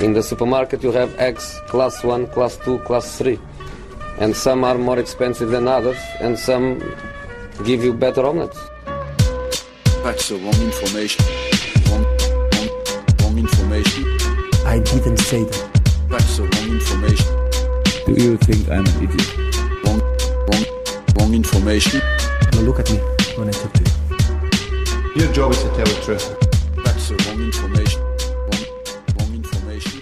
In the supermarket you have eggs class 1, class 2, class 3. And some are more expensive than others, and some give you better omelets. That's the wrong information. Wrong information. I didn't say that. That's the wrong information. Do you think I'm an idiot? Wrong information. Now look at me when I talk to you. Your job is to tell the truth. That's the wrong information. Wrong information.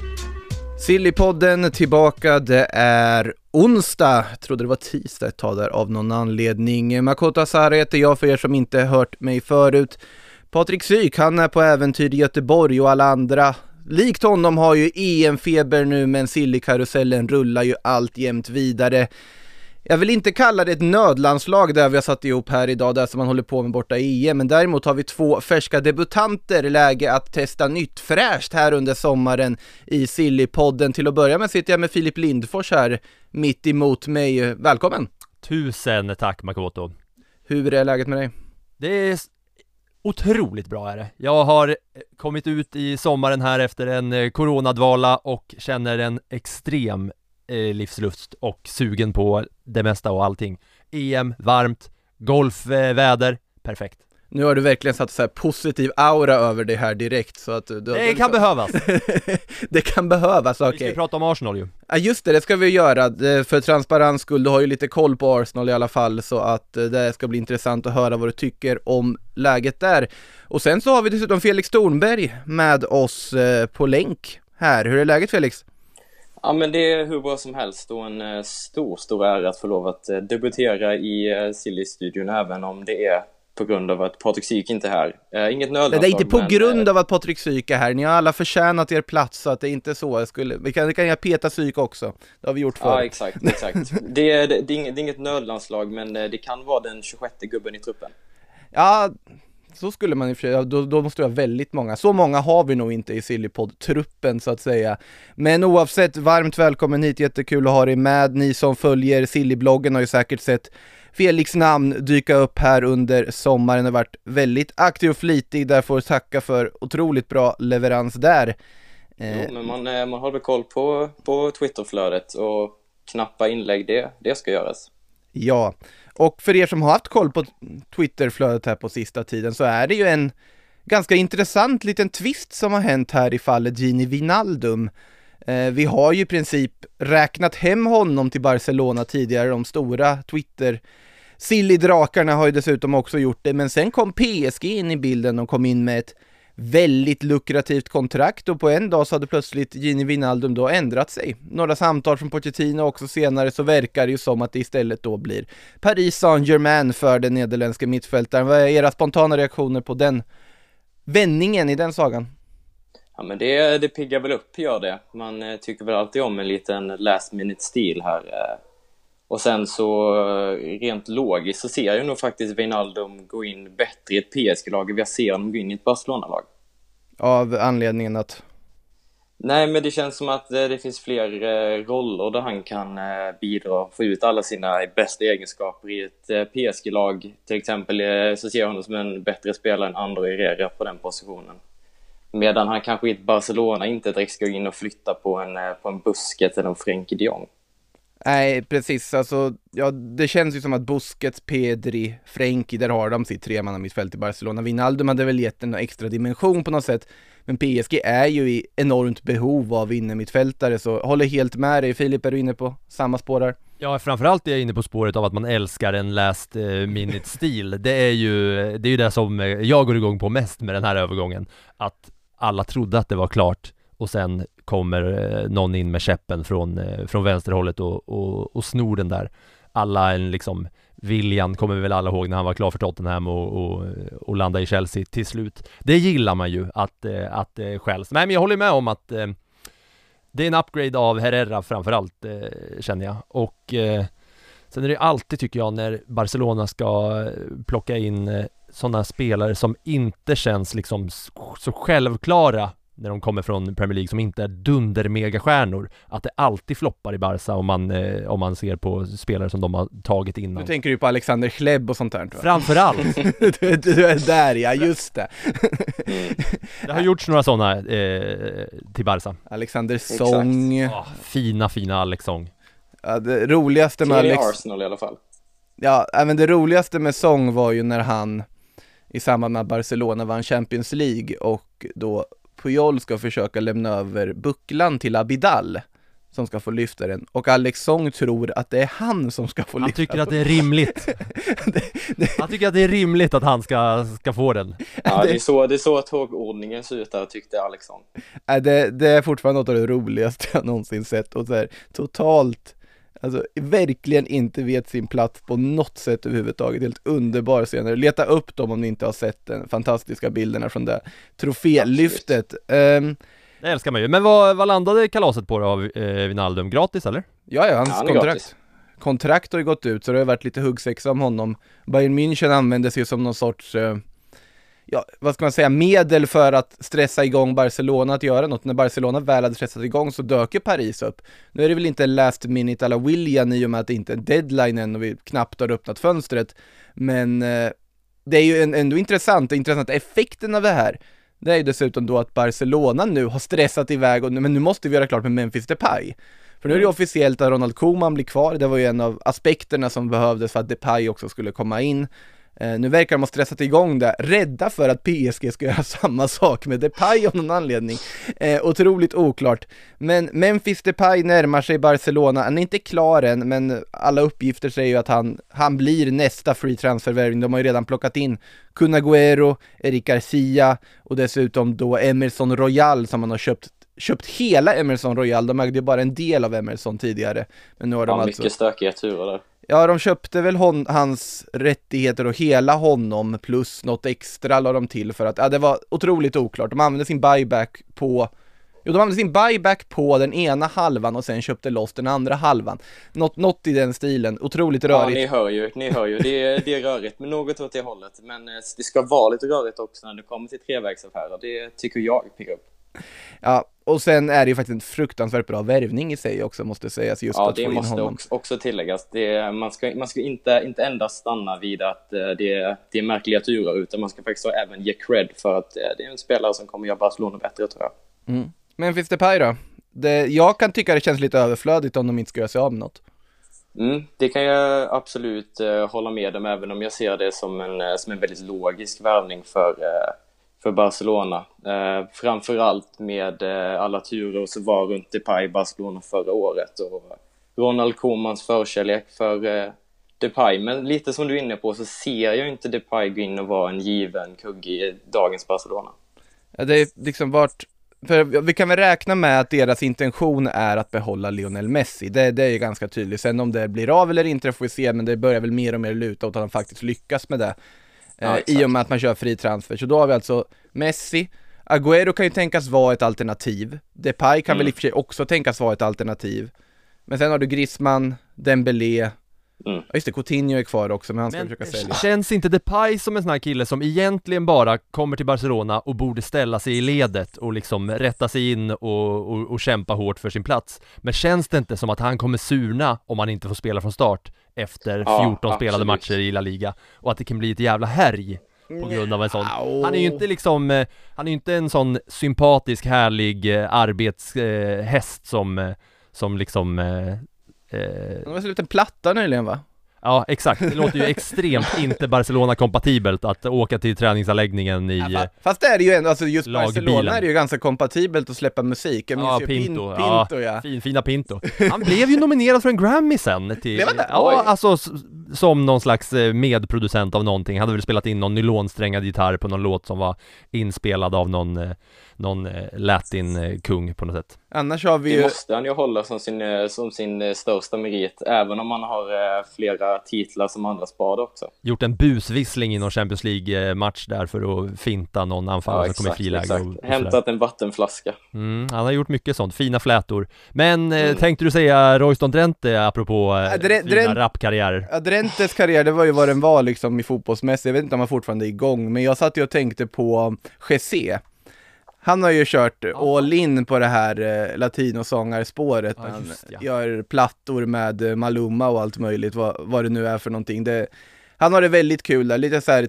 Sillypodden tillbaka, det är onsdag. Jag trodde det var tisdag ett tag där av någon anledning. Makoto Asahara heter jag för er som inte hört mig förut. Patrik Syk, han är på äventyr i Göteborg och alla andra likt honom har ju EM-feber nu, men Sillykarusellen rullar ju allt jämt vidare. Jag vill inte kalla det ett nödlandslag där vi har satt ihop här idag, där som man håller på med borta i EM, men däremot har vi två färska debutanter, läge att testa nytt fräscht här under sommaren i Sillypodden. Till att börja med sitter jag med Filip Lindfors här mitt emot mig. Välkommen! Tusen tack Makoto. Hur är läget med dig? Det är otroligt bra är det. Jag har kommit ut i sommaren här efter en coronadvala och känner en extrem livslust och sugen på det mesta och allting. EM, varmt, golfväder, perfekt. Nu har du verkligen satt så här positiv aura över det här direkt. Så att det kan behövas. Det kan behövas, okej. Vi ska ju prata om Arsenal ju. Ja just det ska vi göra. För transparens skull, du har ju lite koll på Arsenal i alla fall. Så att det ska bli intressant att höra vad du tycker om läget där. Och sen så har vi dessutom Felix Thornberg med oss på länk här. Hur är läget, Felix? Ja, men det är hur bra som helst och en stor ära att få lov att debutera i Silly-studion, även om det är på grund av att Patrik Syk inte är här. Inget nödlandslag. Det är inte på grund av att Patrik Syk är här. Ni har alla förtjänat er plats, så att det är inte så. Vi kan jag peta Syk också. Det har vi gjort förut. Ja, exakt. Det är inget nödlandslag, men det kan vara den 26:e gubben i truppen. Ja, så skulle man ju då måste det vara väldigt många. Så många har vi nog inte i Sillypodd-truppen så att säga. Men oavsett, varmt välkommen hit. Jättekul att ha dig med. Ni som följer Sillybloggen har ju säkert sett Felix namn dyka upp här under sommaren. Har varit väldigt aktiv och flitig. Där får jag tacka för otroligt bra leverans där. Jo, men man har väl koll på Twitterflödet, och knappa inlägg, det ska göras. Ja, och för er som har haft koll på Twitterflödet här på sista tiden, så är det ju en ganska intressant liten twist som har hänt här i fallet Gini Wijnaldum. Vi har ju i princip räknat hem honom till Barcelona tidigare. De stora Silly-drakarna har ju dessutom också gjort det, men sen kom PSG in i bilden och kom in med ett väldigt lukrativt kontrakt, och på en dag så hade plötsligt Gini Wijnaldum då ändrat sig. Några samtal från Pochettino också senare, så verkar det ju som att det istället då blir Paris Saint-Germain för den nederländska mittfältaren. Vad är era spontana reaktioner på den vändningen i den sagan? Ja, men det piggar väl upp, gör det. Man tycker väl alltid om en liten last minute stil här. Och sen så rent logiskt så ser jag nog faktiskt Wijnaldum gå in bättre i ett PSG-lag än jag ser honom gå in i ett Barcelona-lag. Av anledningen att? Nej, men det känns som att det finns fler roller där han kan bidra och få ut alla sina bästa egenskaper i ett PSG-lag. Till exempel så ser jag honom som en bättre spelare än André Herrera på den positionen. Medan han kanske i ett Barcelona inte direkt ska in och flytta på en Busquets eller en Frenkie de Jong. Nej, precis. Alltså, ja, det känns ju som att Busquets, Pedri, Frenkie, där har de sitt tremannamittfält i Barcelona. Wijnaldum hade väl gett en extra dimension på något sätt. Men PSG är ju i enormt behov av innermittfältare, så håller helt med dig. Filip, är du inne på samma spår där? Ja, framförallt är jag inne på spåret av att man älskar en last minute-stil. Det är ju det som jag går igång på mest med den här övergången. Att alla trodde att det var klart, och sen kommer någon in med käppen från vänsterhållet och snor den där. Alla liksom, William kommer vi väl alla ihåg när han var klar för Tottenham och landa i Chelsea till slut. Det gillar man ju att skälls. Nej, men jag håller med om att det är en upgrade av Herrera framförallt, känner jag. Och sen är det alltid, tycker jag, när Barcelona ska plocka in sådana spelare som inte känns liksom så självklara när de kommer från Premier League som inte är dundermegastjärnor, att det alltid floppar i Barca om man ser på spelare som de har tagit innan. Nu tänker du på Alexander Klebb och sånt där, tror jag. Framförallt. Du är där, ja, just det. Det har gjorts några sådana till Barca. Alexander Song. Fina Alex Song. Ja, det roligaste med Alex... Arsenal i alla fall. Ja, men det roligaste med Song var ju när han i samband med Barcelona vann Champions League och då Puyol ska försöka lämna över bucklan till Abidal som ska få lyfta den, och Alex Song tror att det är han som ska få lyfta. Han tycker att det är rimligt. Han tycker att det är rimligt att han ska få den. Ja, det är så tågordningen ser ut där, tyckte Alex Song. Det är fortfarande något av det roligaste jag någonsin sett, och så här, totalt, alltså verkligen inte vet sin plats på något sätt överhuvudtaget. Helt underbar senare. Leta upp dem om ni inte har sett den fantastiska bilderna från det trofélyftet. Det älskar man ju. Men vad landade kalaset på då av Wijnaldum? Gratis eller? Ja, hans kontrakt har ju gått ut, så det har varit lite huggsexa om honom. Bayern München använde sig som någon sorts vad ska man säga, medel för att stressa igång Barcelona att göra något. När Barcelona väl hade stressat igång så dök ju Paris upp. Nu är det väl inte last minute alla William i och med att det inte är en deadline än och vi knappt har öppnat fönstret. Men det är ju ändå intressant effekten av det här. Det är ju dessutom då att Barcelona nu har stressat iväg, men nu måste vi göra klart med Memphis Depay. För nu är det officiellt att Ronald Koeman blir kvar. Det var ju en av aspekterna som behövdes för att Depay också skulle komma in. Nu verkar de ha stressat igång det, rädda för att PSG ska göra samma sak med Depay av någon anledning. Otroligt oklart. Men Memphis Depay närmar sig Barcelona. Han är inte klar än, men alla uppgifter säger ju att han blir nästa free transfervärvning. De har ju redan plockat in Kun Agüero, Eric Garcia och dessutom då Emerson Royal som man har köpt hela Emerson Royal. De ägde ju bara en del av Emerson tidigare. Men nu har de mycket stökiga turer där. Ja, de köpte väl hans rättigheter och hela honom plus något extra la de till för att det var otroligt oklart. De använde sin buyback på den ena halvan och sen köpte loss den andra halvan. Något i den stilen. Otroligt rörigt. Ja, ni hör ju. Det är rörigt, men något åt det hållet. Men det ska vara lite rörigt också när det kommer till trevägsaffärer. Det tycker jag pickar upp. Ja, och sen är det ju faktiskt en fruktansvärt bra värvning i sig också, måste sägas. Just att det få in måste honom. också tilläggas. Man ska inte endast stanna vid att det är märkliga turer, utan man ska faktiskt även ge cred för att det är en spelare som kommer göra Barcelona bättre, tror jag. Men finns det Depay då? Jag kan tycka det känns lite överflödigt om de inte ska göra sig av med något. Det kan jag absolut hålla med om, även om jag ser det som en väldigt logisk värvning för Barcelona. Framförallt med alla turer som var runt Depay i Barcelona förra året och Ronald Koemans förkärlek för Depay. Men lite som du är inne på så ser jag inte Depay gå in och vara en given kugg i dagens Barcelona. Ja, det är liksom för vi kan väl räkna med att deras intention är att behålla Lionel Messi. Det är ju ganska tydligt. Sen om det blir av eller inte får vi se, men det börjar väl mer och mer luta åt att han faktiskt lyckas med det. I och med att man kör fri transfer. Så då har vi alltså Messi. Agüero kan ju tänkas vara ett alternativ. Depay kan väl i och för sig också tänkas vara ett alternativ. Men sen har du Griezmann, Dembélé. Ja, just det, Coutinho är kvar också, men han ska försöka sälja. Känns inte Depay som en sån här kille som egentligen bara kommer till Barcelona och borde ställa sig i ledet och liksom rätta sig in och kämpa hårt för sin plats? Men känns det inte som att han kommer surna om han inte får spela från start efter 14 spelade matcher i La Liga, och att det kan bli ett jävla härj på grund av en sån. Han är ju inte liksom, han är ju inte en sån sympatisk, härlig arbetshäst som liksom det var så lite en platta nyligen, va? Ja, exakt. Det låter ju extremt inte Barcelona-kompatibelt att åka till träningsanläggningen i fast det är det ju ändå, alltså just lagbilen. Barcelona är det ju ganska kompatibelt att släppa musik. Jag minns ju Pinto, ja. Fina Pinto. Han blev ju nominerad för en Grammy sen till, blev han det? Ja, alltså som någon slags medproducent av någonting. Han hade väl spelat in någon nylonsträngad gitarr på någon låt som var inspelad av någon latin-kung på något sätt. Annars har vi det måste han ju hålla som sin största merit, även om man har flera titlar som andra spadar också. Gjort en busvissling i någon Champions League-match där för att finta någon anfallare som kommer i friläge. Hämtat en vattenflaska. Han har gjort mycket sånt, fina flätor. Men tänkte du säga Royston Drenthe apropå fina rapkarriärer? Ja, Drenthes karriär, det var ju vad den var liksom i fotbollsmässigt. Jag vet inte om han fortfarande är igång, men jag satt ju och tänkte på Jesse. Han har ju kört all in på det här latinosångarspåret. Ja, Han just ja. gör plattor med Maluma och allt möjligt, vad det nu är för någonting. Han har det väldigt kul där, lite så här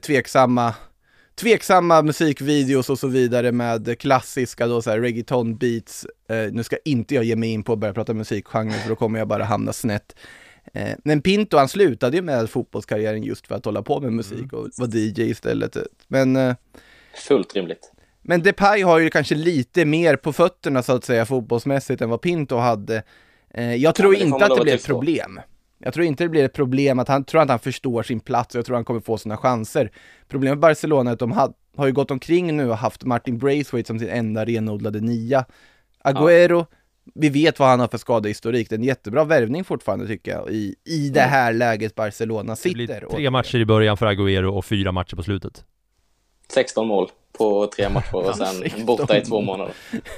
tveksamma musikvideos och så vidare med klassiska då så här reggaeton beats. Nu ska inte jag ge mig in på att börja prata musikgenre, för då kommer jag bara hamna snett. Men Pinto, han slutade ju med fotbollskarriären just för att hålla på med musik och vara DJ istället. Men Fullt rimligt. Men Depay har ju kanske lite mer på fötterna så att säga fotbollsmässigt än vad Pinto hade. Jag tror inte att det blir ett problem. Jag tror inte det blir ett problem att han tror att han förstår sin plats, och jag tror han kommer få sina chanser. Problemet med Barcelona är att de har ju gått omkring nu och haft Martin Braithwaite som sin enda renodlade nia. Agüero, vi vet vad han har för skadehistorik. Det är en jättebra värvning fortfarande tycker jag i det här läget Barcelona sitter. Det blir 3 matcher i början för Agüero och 4 matcher på slutet. 16 mål på 3 matcher och sen borta i 2 månader.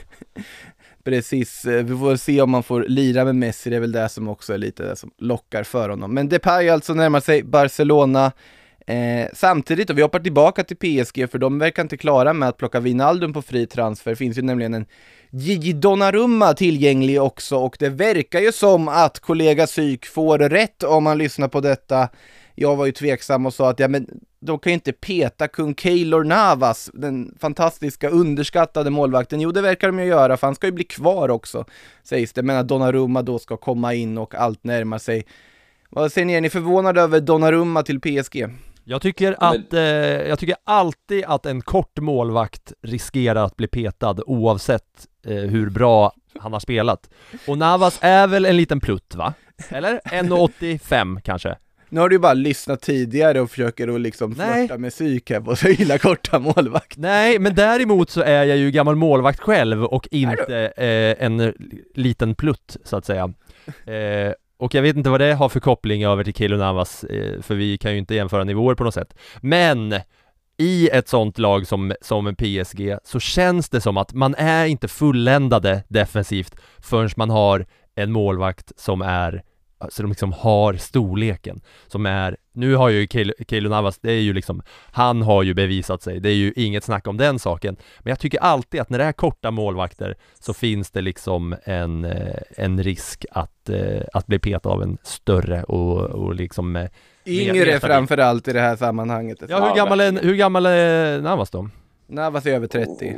Precis, vi får se om man får lira med Messi, det är väl det som också är lite det som lockar för honom. Men Depay alltså närmar sig Barcelona. Samtidigt, och vi hoppar tillbaka till PSG, för de verkar inte klara med att plocka Wijnaldum på fri transfer. Det finns ju nämligen en Gigi Donnarumma tillgänglig också, och det verkar ju som att kollega Psyk får rätt om man lyssnar på detta. Jag var ju tveksam och sa att de kan ju inte peta kung Keylor Navas, den fantastiska underskattade målvakten. Jo, det verkar de ju göra, för han ska ju bli kvar också, sägs det. Men att Donnarumma då ska komma in och allt närmar sig. Vad säger ni? Är ni förvånade över Donnarumma till PSG? Jag tycker alltid att en kort målvakt riskerar att bli petad oavsett hur bra han har spelat. Och Navas är väl en liten plutt, va? Eller? 1,85 kanske. Nu har du ju bara lyssnat tidigare och försöker att liksom flörta med Psyk här på så illa korta målvakt. Nej, men däremot så är jag ju gammal målvakt själv och inte en liten plutt så att säga. Och jag vet inte vad det har för koppling över till Keylor Navas, för vi kan ju inte jämföra nivåer på något sätt. Men i ett sånt lag som PSG så känns det som att man är inte fulländade defensivt förrän man har en målvakt som liksom har storleken, som är, nu har ju Keylor Navas, det är ju liksom, han har ju bevisat sig, det är ju inget snack om den saken, men jag tycker alltid att när det är korta målvakter så finns det liksom en risk att bli petad av en större och liksom yngre framförallt i det här sammanhanget. Ja, hur gammal är Navas då? Navas är över 30.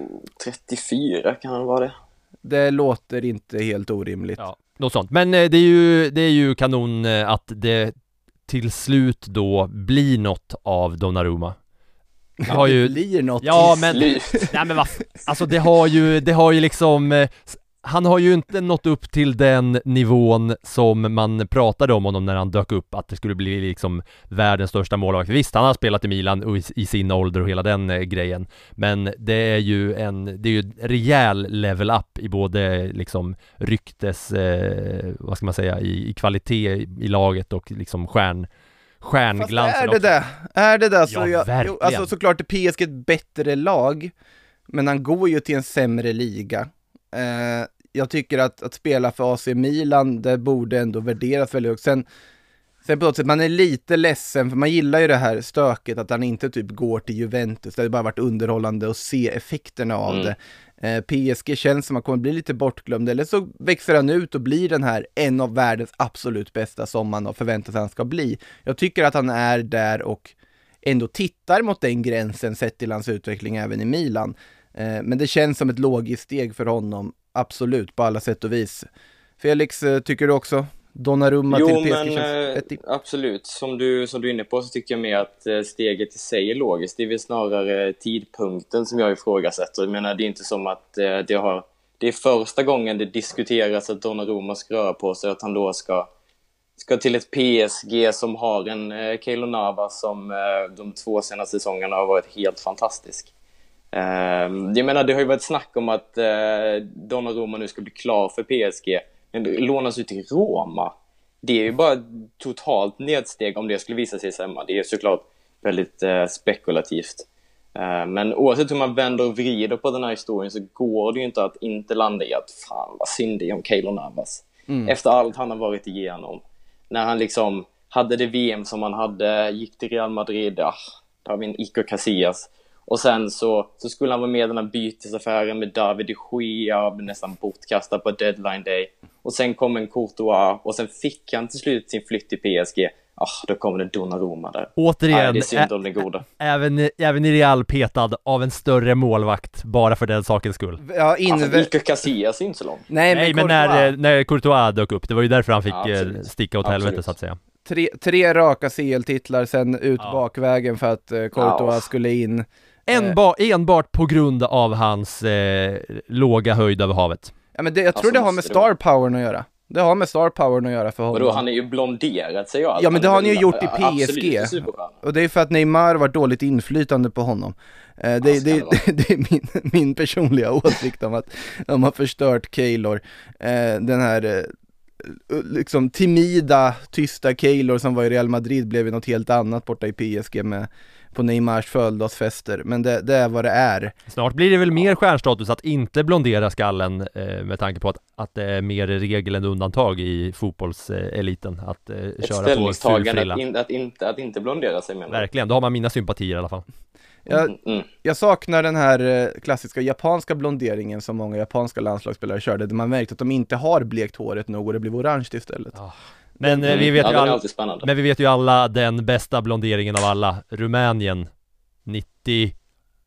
34 kan han vara det. Det låter inte helt orimligt. Ja, något sånt. Men det är ju kanon att det till slut då blir något av Donnarumma. Det har ju, blir något. Ja, men nej, men alltså det har ju liksom, han har ju inte nått upp till den nivån som man pratade om honom när han dök upp, att det skulle bli liksom världens största målvakt. Visst, han har spelat i Milan i sin ålder och hela den grejen, men det är ju en rejäl level up i både liksom ryktes, vad ska man säga, i kvalitet i laget och liksom stjärnglansen. Är det där så ja, verkligen. Alltså såklart är PSG ett bättre lag, men han går ju till en sämre liga. Jag tycker att spela för AC Milan, det borde ändå värderas väldigt högt. Sen på något sätt, man är lite ledsen, för man gillar ju det här stöket att han inte typ går till Juventus. Det har bara varit underhållande att se effekterna av det. PSG känns som att man kommer bli lite bortglömd, eller så växer han ut och blir den här en av världens absolut bästa som man har förväntat sig han ska bli. Jag tycker att han är där och ändå tittar mot den gränsen sett till hans utveckling även i Milan. Men det känns som ett logiskt steg för honom, absolut, på alla sätt och vis. Felix, tycker du också Donnarumma till PSG känns vettigt? Absolut. Som du är inne på så tycker jag mer att steget i sig är logiskt. Det är väl snarare tidpunkten som jag ifrågasätter. Jag menar, det är inte som att det är första gången det diskuteras att Donnarumma ska röra på sig, att han då ska till ett PSG som har en Keylor Navas som de 2 senaste säsongerna har varit helt fantastisk. Jag menar, det har ju varit snack om att Donnarumma nu ska bli klar för PSG, men lånas ut till Roma. Det är ju bara totalt nedsteg om det skulle visa sig stämma. Det är såklart väldigt spekulativt. Men oavsett hur man vänder och vrider på den här historien så går det ju inte att inte landa i att fan vad synd det är om Keylor Navas. Efter allt han har varit igenom. När han liksom hade det VM som han hade, gick till Real Madrid, där har vi en Iker Casillas. Och sen så skulle han vara med i den här bytesaffären med David de Gea, nästan bortkastad på deadline day. Och sen kom en Courtois och sen fick han till slut sin flytt till PSG. Då kommer det Donnarumma där. Återigen, det är synd om den goda. Även i Real petad av en större målvakt, bara för den sakens skull. Ja, Iker Casillas är inte så långt. Nej, men när Courtois dök upp, det var ju därför han fick sticka åt helvete så att säga. Tre raka CL-titlar, sen ut bakvägen för att Courtois skulle in. Enbart på grund av hans låga höjd över havet. Ja, men jag tror det har med star powern att göra. Det har med star powern att göra för honom. Och då han är ju blonderat sig allt. Ja, men det har han ju gjort i PSG. Och det är för att Neymar var dåligt inflytande på honom. Det är min personliga åsikt om att de har förstört Keylor. Den här liksom timida, tysta Keylor som var i Real Madrid blev ju något helt annat borta i PSG på Neymars födelsedagsfester, men det är vad det är. Snart blir det väl mer stjärnstatus att inte blondera skallen med tanke på att det är mer regel än undantag i fotbollseliten att köra på fulfrilla. Att inte blondera sig, menar. Verkligen, då har man mina sympatier i alla fall. Jag saknar den här klassiska japanska blonderingen som många japanska landslagsspelare körde, där man märkte att de inte har blekt håret nog och det blev orange istället. Men vi vet ju alla den bästa blonderingen av alla, Rumänien 98,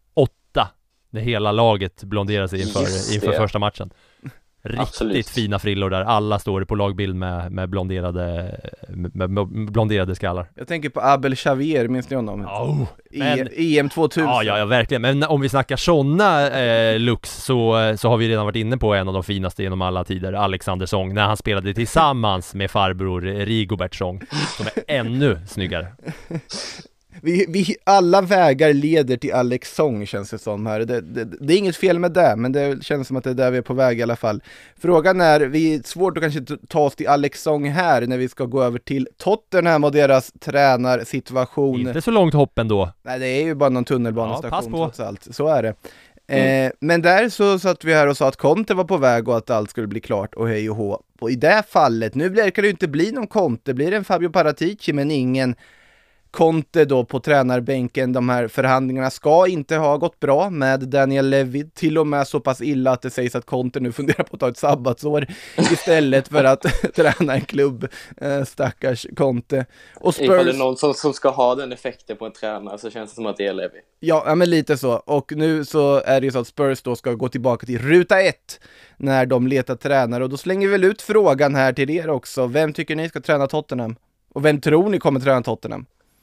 när hela laget blonderar sig inför första matchen. Riktigt fina frillor där, alla står på lagbild med blonderade skallar. Jag tänker på Abel Xavier, minns ni honom? EM 2000. Ja, verkligen. Men om vi snackar sådana looks så har vi redan varit inne på en av de finaste genom alla tider, Alexander Song, när han spelade tillsammans med farbror Rigobert Song, som är ännu snyggare. Vi alla vägar leder till Alex Song, känns det som här. Det är inget fel med det, men det känns som att det är där vi är på väg i alla fall. Frågan är, vi är svårt att kanske ta oss till Alex Song här när vi ska gå över till Tottenham och deras tränarsituation. Inte så långt hopp ändå. Nej, det är ju bara någon tunnelbanestation trots allt. Så är det. Men där så satt vi här och sa att Conte var på väg och att allt skulle bli klart och hej och hå. Och i det fallet, nu kan det ju inte bli någon Conte, blir det en Fabio Paratici men ingen Conte då på tränarbänken. De här förhandlingarna ska inte ha gått bra med Daniel Levy, till och med så pass illa att det sägs att Conte nu funderar på att ta ett sabbatsår istället för att träna en klubb. Stackars Conte. Och Spurs... Ifall det är någon som ska ha den effekten på en tränare så känns det som att det är Levy. Ja, men lite så. Och nu så är det ju så att Spurs då ska gå tillbaka till ruta 1 när de letar tränare. Och då slänger vi väl ut frågan här till er också. Vem tycker ni ska träna Tottenham? Och vem tror ni kommer träna Tottenham?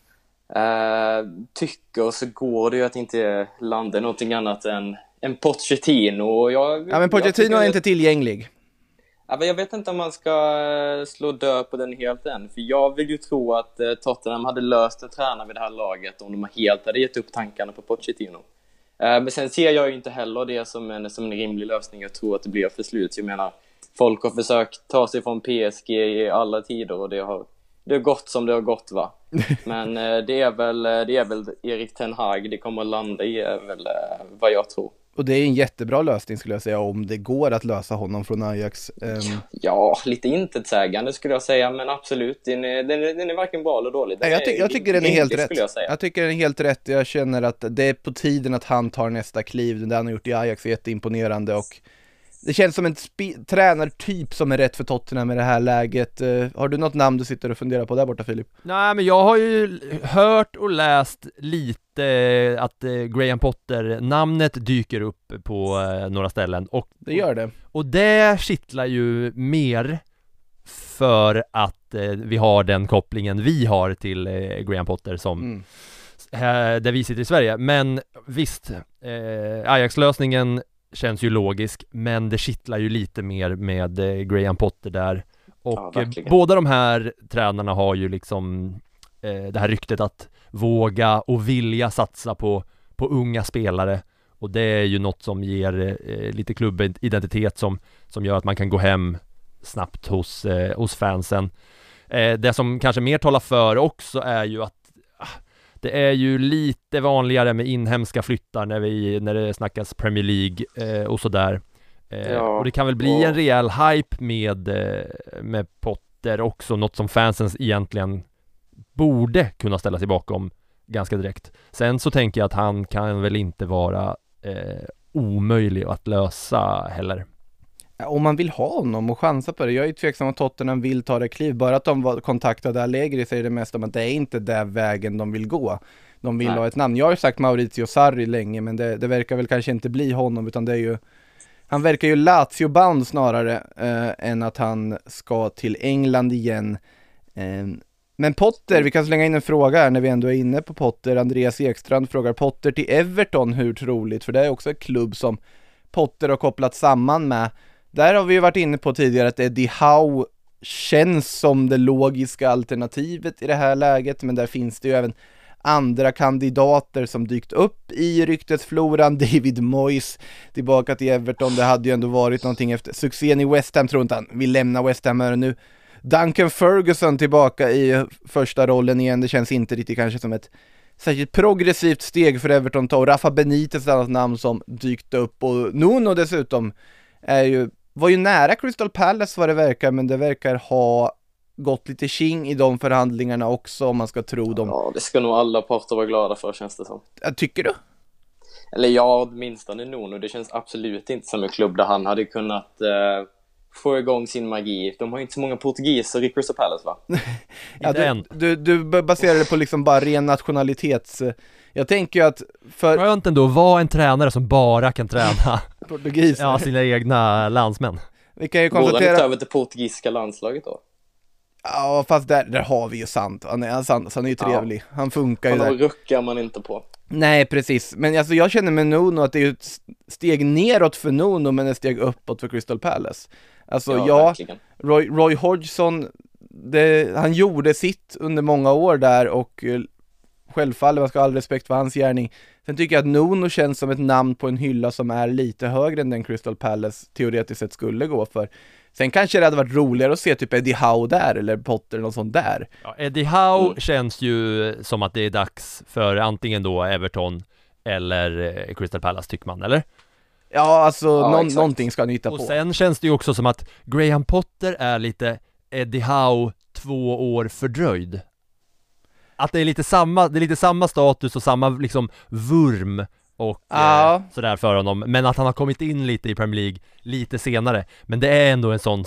Tycker så går det ju att inte landa någonting annat än en Pochettino. Men Pochettino är inte tillgänglig. Jag vet inte om man ska slå död på den helt än. För jag vill ju tro att Tottenham hade löst en tränare vid det här laget om de helt hade gett upp tankarna på Pochettino. Men sen ser jag ju inte heller det som en rimlig lösning. Jag tror att det blir för slut. Jag menar, folk har försökt ta sig från PSG i alla tider och det har gått som det har gått, va? Men det är väl Erik Ten Hag det kommer att landa i, är väl vad jag tror. Och det är en jättebra lösning skulle jag säga, om det går att lösa honom från Ajax. Ja, lite intetsägande skulle jag säga, men absolut, den är varken bra eller dålig. Jag tycker den är helt rätt. Jag tycker den är helt rätt. Jag känner att det är på tiden att han tar nästa kliv. Det han har gjort i Ajax är jätteimponerande och det känns som en tränartyp som är rätt för Tottenham i det här läget. Har du något namn du sitter och funderar på där borta, Filip? Nej, men jag har ju hört och läst lite att Graham Potter-namnet dyker upp på några ställen. Och det gör det. Och det kittlar ju mer för att vi har den kopplingen vi har till Graham Potter som där vi sitter i Sverige. Men visst, Ajax-lösningen känns ju logisk, men det kittlar ju lite mer med Graham Potter där. Och båda de här tränarna har ju liksom det här ryktet att våga och vilja satsa på unga spelare. Och det är ju något som ger lite klubbidentitet som gör att man kan gå hem snabbt hos fansen. Det som kanske mer talar för också är ju att det är ju lite vanligare med inhemska flyttar när det snackas Premier League och sådär. Och det kan väl bli en rejäl hype med Potter också, något som fansen egentligen borde kunna ställa sig bakom ganska direkt. Sen så tänker jag att han kan väl inte vara omöjlig att lösa heller. Om man vill ha honom och chansa på det. Jag är tveksam att Tottenham vill ta det kliv. Bara att de var kontaktade Allegri säger det mest om att det är inte där vägen de vill gå. De vill ha ett namn. Jag har ju sagt Maurizio Sarri länge, men det verkar väl kanske inte bli honom, utan det är ju, han verkar ju Lazio-bound snarare än att han ska till England igen. Men Potter, vi kan slänga in en fråga här när vi ändå är inne på Potter. Andreas Ekstrand frågar Potter till Everton, hur troligt? För det är också en klubb som Potter har kopplat samman med. Där har vi ju varit inne på tidigare att Eddie Howe känns som det logiska alternativet i det här läget, men där finns det ju även andra kandidater som dykt upp i ryktesfloran. David Moyes tillbaka till Everton, det hade ju ändå varit någonting efter succén i West Ham, tror inte han vill lämna West Ham nu. Duncan Ferguson tillbaka i första rollen igen, det känns inte riktigt kanske som ett särskilt progressivt steg för Everton att ta, och Rafa Benitez, ett annat namn som dykt upp, och Nuno dessutom var ju nära Crystal Palace vad det verkar, men det verkar ha gått lite king i de förhandlingarna också, om man ska tro dem. Ja, det ska nog alla parter vara glada för, känns det som. Tycker du? Eller ja, åtminstone Nuno. Det känns absolut inte som en klubb där han hade kunnat få igång sin magi. De har ju inte så många portugiser i Crystal Palace, va? Ja, du baserar det på liksom bara ren nationalitets... Jag tänker ju att för... Skönt ändå att vara en tränare som bara kan träna portugiser. Ja, sina egna landsmän. Vi kan ju konstatera... Borde han inte över till portugisiska landslaget då? Ja, fast där har vi ju sant. Han är ju trevlig. Ja. Han funkar ju där. Han ruckar man inte på. Nej, precis. Men alltså, jag känner med Nuno att det är ett steg neråt för Nuno, men ett steg uppåt för Crystal Palace. Alltså, Roy Hodgson, han gjorde sitt under många år där, och självfallet, man ska ha all respekt för hans gärning. Sen tycker jag att Nuno känns som ett namn på en hylla som är lite högre än den Crystal Palace teoretiskt sett skulle gå för. Sen kanske det hade varit roligare att se typ Eddie Howe där, eller Potter eller något sånt där. Ja, Eddie Howe känns ju som att det är dags för antingen då Everton eller Crystal Palace, tycker man, eller? Ja, alltså någonting ska han hitta på. Och sen känns det ju också som att Graham Potter är lite Eddie Howe 2 år fördröjd. Att det är lite samma status och samma liksom vurm och sådär för honom, men att han har kommit in lite i Premier League lite senare. Men det är ändå en sån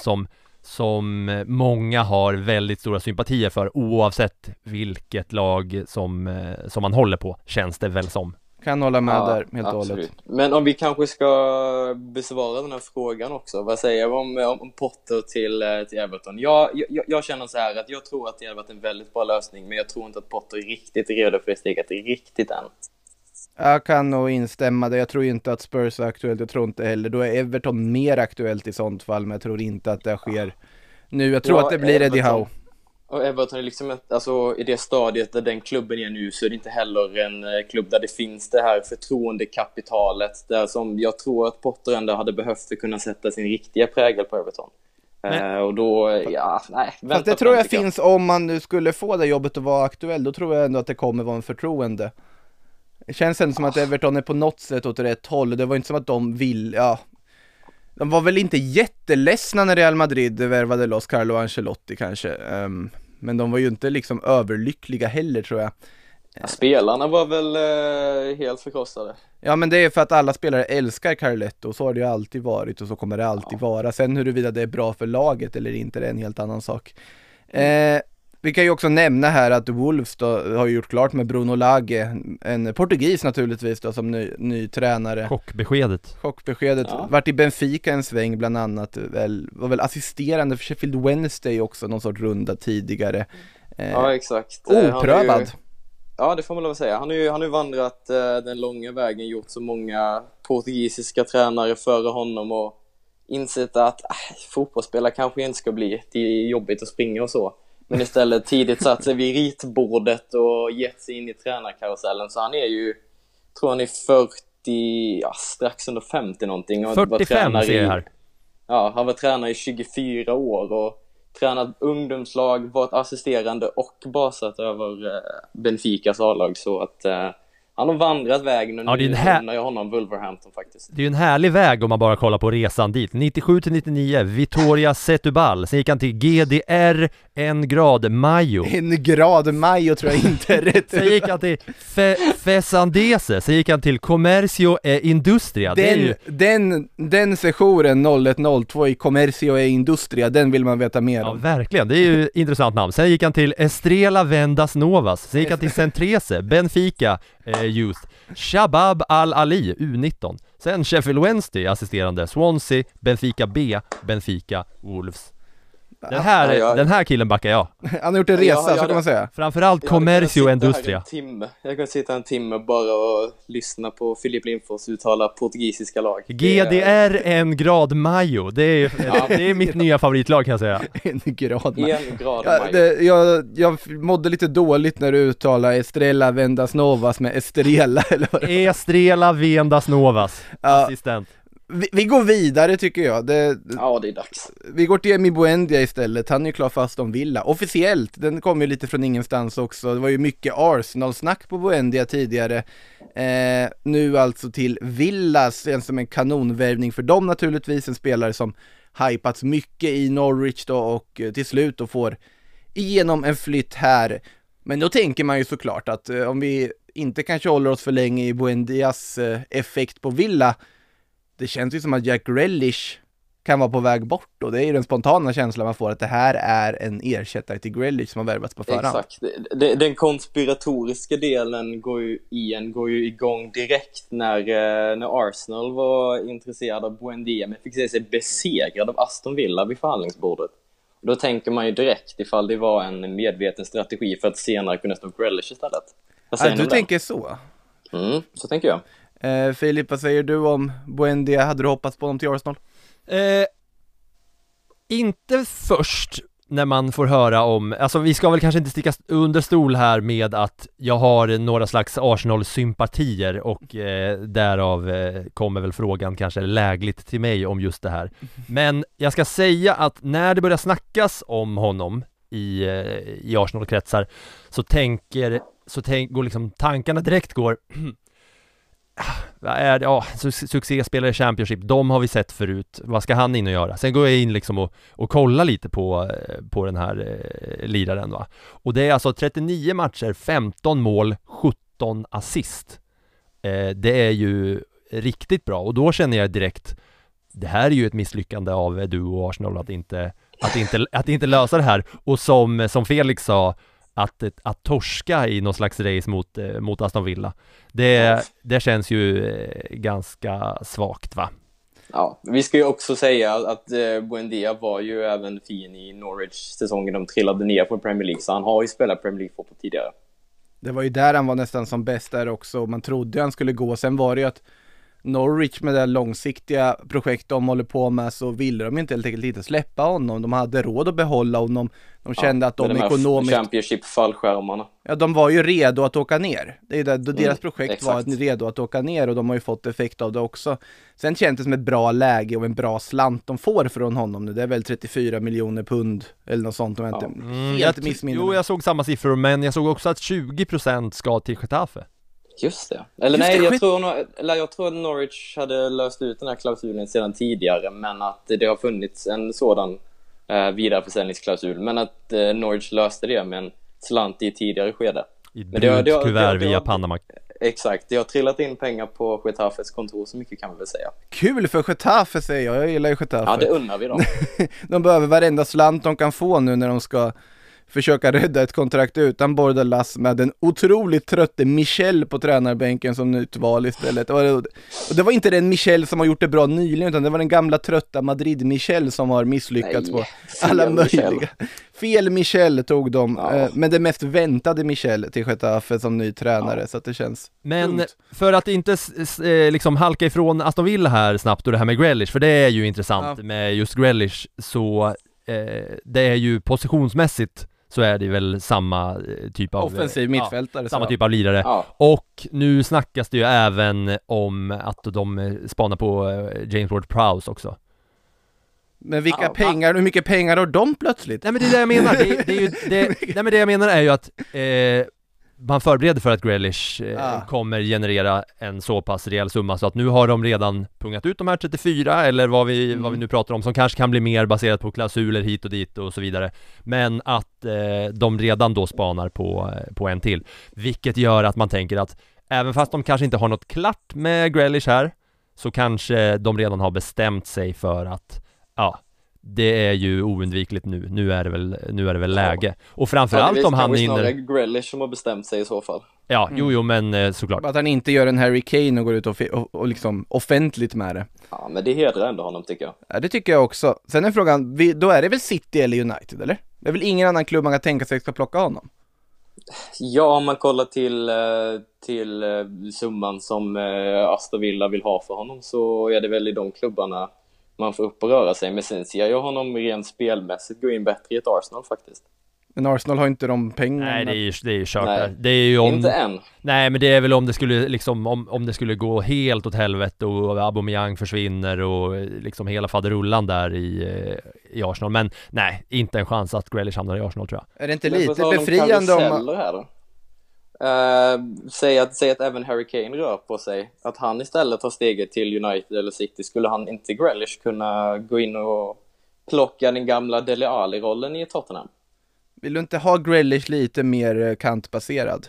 som många har väldigt stora sympatier för, oavsett vilket lag som man håller på, känns det väl som. Kan hålla med där helt och hållet. Men om vi kanske ska besvara den här frågan också. Vad säger jag om Potter till Everton? Jag känner så här att jag tror att det har varit en väldigt bra lösning, men jag tror inte att Potter är riktigt redo för det steget riktigt än. Jag kan nog instämma det. Jag tror inte att Spurs är aktuellt. Jag tror inte heller. Då är Everton mer aktuellt i sånt fall, men jag tror inte att det sker nu. Jag tror att det blir Eddie Howe. Och Everton är liksom alltså, i det stadiet där den klubben är nu, så är det inte heller en klubb där det finns det här förtroendekapitalet där som jag tror att Potter ändå hade behövt för att kunna sätta sin riktiga prägel på Everton. Och då, fast det tror jag finns om man nu skulle få det jobbet att vara aktuell. Då tror jag ändå att det kommer vara en förtroende. Det känns ändå som att Everton är på något sätt åt rätt håll. Det var inte som att de vill, de var väl inte jätteledsna när Real Madrid värvade loss Carlo Ancelotti kanske. Men de var ju inte liksom överlyckliga heller, tror jag. Spelarna var väl helt förkrossade. Ja, men det är för att alla spelare älskar Carletto, och så har det ju alltid varit och så kommer det alltid vara. Sen huruvida det är bra för laget eller inte, det är en helt annan sak. Vi kan ju också nämna här att Wolves då har gjort klart med Bruno Lage, en portugis naturligtvis då, som ny tränare. Chockbeskedet. Ja. Vart i Benfica en sväng bland annat, var väl assisterande för Sheffield Wednesday också, någon sorts runda tidigare. Ja, exakt. Oprövad. Ja, det får man väl säga. Han har ju vandrat den långa vägen, gjort så många portugisiska tränare före honom och insett att fotbollsspelare kanske inte ska bli. Det är jobbigt att springa och så. Men istället tidigt satt sig vid ritbordet och gett sig in i tränarkarusellen. Så han är ju, tror han är 40, strax under 50 någonting. Och 45 ser jag här. Ja, han var tränare i 24 år och tränat ungdomslag, varit assisterande och basat över Benficas A-lag. Så att Han har vandrat vägen och Ja, det är lämnar jag honom Wolverhampton faktiskt. Det är ju en härlig väg om man bara kollar på resan dit. 97-99, Vitória Setúbal. Sen gick han till GDR 1 grad Mayo. 1 grad Mayo tror jag inte är rätt. Sen gick han till Fesandese. Sen gick han till Comercio e Industria. Den sessionen 0102 i Comercio e Industria, den vill man veta mer Ja, om. verkligen. Det är ju intressant namn. Sen gick han till Estrela Vendas Novas. Sen gick han till Centrese, Benfica Youth, Shabab Al-Ali, U19. Sen Sheffield Wednesday, assisterande, Swansea, Benfica B, Benfica Wolves. Den här killen backar jag. Han har gjort en resa, så kan man säga. Framförallt Comercio Industria. Jag kan sitta en timme bara och lyssna på Filip Lindfors uttala portugisiska lag. GDR 1 grad Mayo. Det är mitt nya favoritlag, kan jag säga. 1 grad Mayo. 1 grad Mayo. Jag mådde lite dåligt när du uttalade Estrela Vendas Novas med Estrela eller vad det var. Estrela Vendas Novas, assistent. Vi går vidare tycker jag. Ja, det är dags. Vi går till Emi Buendia istället. Han är ju klar fast om Villa. Officiellt, den kom ju lite från ingenstans också. Det var ju mycket Arsenal-snack på Buendia tidigare. Nu alltså till Villa, sen som en kanonvärvning för dem naturligtvis. En spelare som hypats mycket i Norwich då, och till slut då får igenom en flytt här. Men då tänker man ju såklart att om vi inte kanske håller oss för länge i Buendias effekt på Villa, det känns ju som att Jack Grealish kan vara på väg bort, och det är ju den spontana känslan man får, att det här är en ersättare till Grealish som har värvats på förhand. Exakt. Den konspiratoriska delen går ju igång direkt när Arsenal var intresserade av Buendia, men fick se sig besegrad av Aston Villa vid förhandlingsbordet. Och då tänker man ju direkt ifall det var en medveten strategi för att senare kunna stå Grealish istället. Du tänker så? Så tänker jag. Filip, vad säger du om Buendia? Hade du hoppats på honom till Arsenal? Inte först när man får höra om, alltså vi ska väl kanske inte sticka under stol här med att jag har några slags Arsenal-sympatier, och därav kommer väl frågan kanske lägligt till mig om just det här. Men jag ska säga att när det börjar snackas om honom i Arsenal-kretsar så går liksom tankarna direkt går succéspelare i Championship, de har vi sett förut, vad ska han in och göra? Sen går jag in liksom och kollar lite på den här liraren, va? Och det är alltså 39 matcher, 15 mål, 17 assist. Det är ju riktigt bra, och då känner jag direkt, det här är ju ett misslyckande av Edu och Arsenal att inte lösa det här. Och som Felix sa, att torska i någon slags race mot Aston Villa, det känns ju ganska svagt, va? Ja, vi ska ju också säga att Buendia var ju även fin i Norwich-säsongen de trillade ner på Premier League, så han har ju spelat Premier League-fotboll tidigare. Det var ju där han var nästan som bäst där också, man trodde han skulle gå. Sen var det ju att Norwich med det långsiktiga projekt de håller på med, så ville de inte helt enkelt inte släppa honom. De hade råd att behålla honom. De kände att de ekonomiskt... Championship-fallskärmarna. Ja, de var ju redo att åka ner. Det är där, deras projekt var redo att åka ner, och de har ju fått effekt av det också. Sen känns det som ett bra läge och en bra slant de får från honom nu. Det är väl 34 miljoner pund eller något sånt. Jag såg samma siffror, men jag såg också att 20% ska till Getafe. Just det. Eller just nej, jag tror att Norwich hade löst ut den här klausulen sedan tidigare, men att det har funnits en sådan vidareförsäljningsklausul, men att Norwich löste det med en slant i tidigare skede. I ett kuvert via Panama. Exakt, det har trillat in pengar på Getafes kontor, så mycket kan vi väl säga. Kul för Getafe, säger jag gillar ju Getafe. Ja, det undrar vi då. De behöver varenda slant de kan få nu när de ska försöka rädda ett kontrakt utan Bordalas med den otroligt trötte Michel på tränarbänken som nytt val istället. Och det var inte den Michel som har gjort det bra nyligen, utan det var den gamla trötta Madrid-Michel som har misslyckats på alla möjliga. Fel Michel tog de, men det mest väntade Michel till Getafe som ny tränare, så att det känns tungt. För att inte liksom halka ifrån Aston Villa här snabbt och det här med Grealish, för det är ju intressant med just Grealish, så det är ju positionsmässigt så är det väl samma typ av offensiv mittfältare, samma typ av lirare. Och nu snackas det ju även om att de spanar på James Ward-Prowse också. Men hur mycket pengar har de plötsligt? Nej, men det är det jag menar. Det jag menar är ju att man förbereder för att Grealish kommer generera en så pass rejäl summa, så att nu har de redan pungat ut de här 34 eller vad vi nu pratar om, som kanske kan bli mer baserat på klausuler hit och dit och så vidare, men att de redan då spanar på en till, vilket gör att man tänker att även fast de kanske inte har något klart med Grealish här, så kanske de redan har bestämt sig för att det är ju oundvikligt nu. Nu är det väl läge. Och framförallt om han snarare Grealish som har bestämt sig i så fall. Ja, jo, men såklart. Att han inte gör en Harry Kane och går ut och liksom offentligt med det. Ja, men det hedrar ändå honom, tycker jag. Ja, det tycker jag också. Sen är frågan, då är det väl City eller United, eller? Det är väl ingen annan klubb man kan tänka sig ska plocka honom? Ja, om man kollar till summan som Aston Villa vill ha för honom, så är det väl i de klubbarna man får upp och röra sig. Men sen ser jag honom rent spelmässigt gå in bättre i ett Arsenal faktiskt. Men Arsenal har inte de pengarna. Nej, det är ju kört där. Det är ju inte än. Nej, men det är väl om det skulle liksom, om det skulle gå helt åt helvete och Aubameyang försvinner och liksom hela faderullan där i Arsenal. Men nej, inte en chans att Grealish hamnar i Arsenal, tror jag. Är det inte lite befriande om... här då? Säg att även Harry Kane rör på sig, att han istället tar steget till United eller City. Skulle han inte Grealish kunna gå in och plocka den gamla Dele Alli-rollen i Tottenham? Vill du inte ha Grealish lite mer kantbaserad?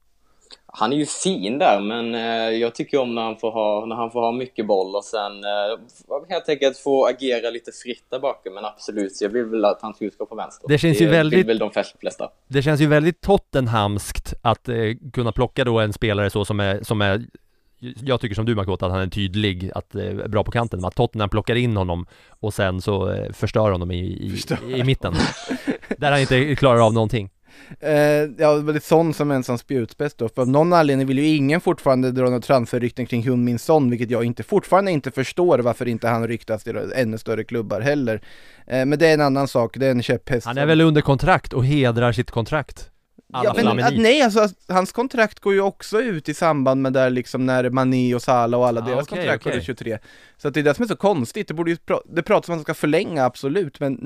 Han är ju fin där, men jag tycker om när han får ha mycket boll och sen helt enkelt få agera lite fritt där bakom. Men absolut, jag vill väl att han ska på vänster. Det känns ju väldigt, vill väl de flesta. Det känns ju väldigt Tottenhamskt att kunna plocka då en spelare så som är jag tycker som du, Makota, att han är tydlig, att bra på kanten, men att Tottenham plockar in honom och sen så förstör honom i mitten där han inte klarar av någonting. Ja, det är sån som en sån spjutspets då. För av någon anledning vill ju ingen fortfarande dra några transferrykten kring Heung-min Son, vilket jag fortfarande inte förstår varför inte han ryktas till ännu större klubbar heller. Men det är en annan sak, det är en käpphäst. Han är väl under kontrakt och hedrar sitt kontrakt. Nej, alltså hans kontrakt går ju också ut i samband med där liksom när Mané och Salah och alla deras kontrakt går 23. Så att det är det som är så konstigt. Det pratas om att man ska förlänga, absolut, men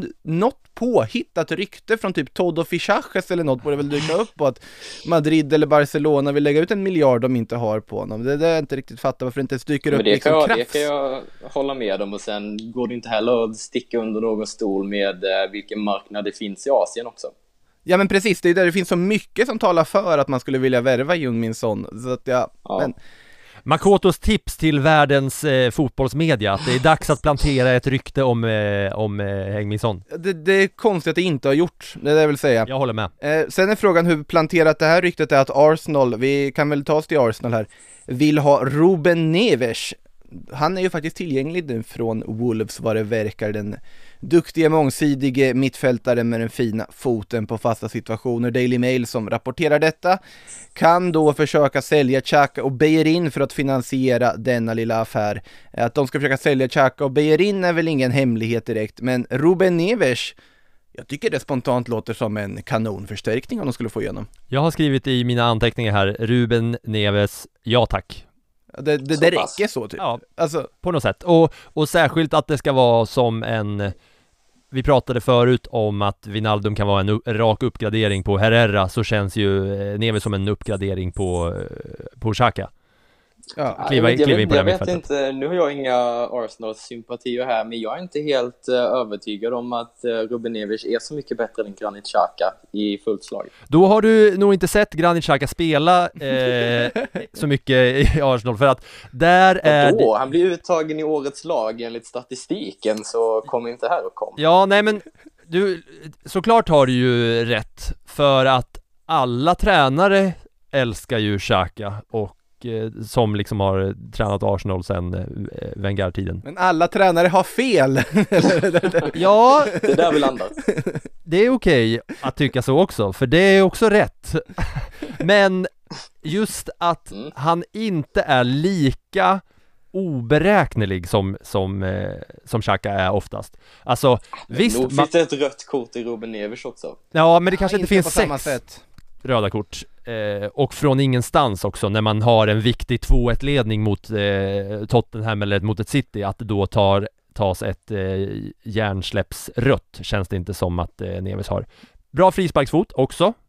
något påhittat rykte från typ Todo Fichaches eller något borde väl dyka upp på att Madrid eller Barcelona vill lägga ut 1 miljard de inte har på honom. Det är jag inte riktigt fattar varför det inte dyker upp liksom krafts. Det kan jag hålla med om, och sen går det inte heller att sticka under någon stol med vilken marknad det finns i Asien också. Ja, men precis, det är där det finns så mycket som talar för att man skulle vilja värva Heung-min Son. Så att men... Makotos tips till världens fotbollsmedia, att det är dags att plantera ett rykte om Heung-min Son. Det är konstigt att det inte har gjort, det vill säga. Jag håller med. Sen är frågan hur planterat det här ryktet är att Arsenal, vi kan väl ta oss till Arsenal här, vill ha Ruben Neves. Han är ju faktiskt tillgänglig nu från Wolves, vad det verkar, den duktiga mångsidige mittfältare med den fina foten på fasta situationer. Daily Mail som rapporterar detta kan då försöka sälja Xhaka och Bellerin för att finansiera denna lilla affär. Att de ska försöka sälja Xhaka och Bellerin är väl ingen hemlighet direkt, men Ruben Neves, jag tycker det spontant låter som en kanonförstärkning om de skulle få igenom. Jag har skrivit i mina anteckningar här, Ruben Neves, ja tack. Det räcker så typ. Ja, alltså på något sätt. Och särskilt att det ska vara som en... Vi pratade förut om att Wijnaldum kan vara en rak uppgradering på Herrera, så känns ju Neves som en uppgradering på Xhaka. Ja. Kliva in på det. Jag vet inte, nu har jag inga Arsenal-sympatier här, men jag är inte helt övertygad om att Ruben Neves är så mycket bättre än Granit Xhaka i fullt slag. Då har du nog inte sett Granit Xhaka spela så mycket i Arsenal, för att där är... Han blir uttagen i årets lag enligt statistiken, så kom inte här och kom. Ja, nej men du, såklart har du ju rätt, för att alla tränare älskar ju Xhaka och som liksom har tränat Arsenal sedan Wenger-tiden. Men alla tränare har fel. Ja, det är där vi landar. Det är okej att tycka så också, för det är också rätt. Men just att han inte är lika oberäknelig som Xhaka är oftast. Alltså, visst, nog finns det ett rött kort i Ruben Neves också. Ja, men det kanske inte finns 6 röda kort. Och från ingenstans också, när man har en viktig 2-1-ledning mot Tottenham eller mot ett City, att då tas ett hjärnsläppsrött, känns det inte som att Neves har. Bra frisparksfot också.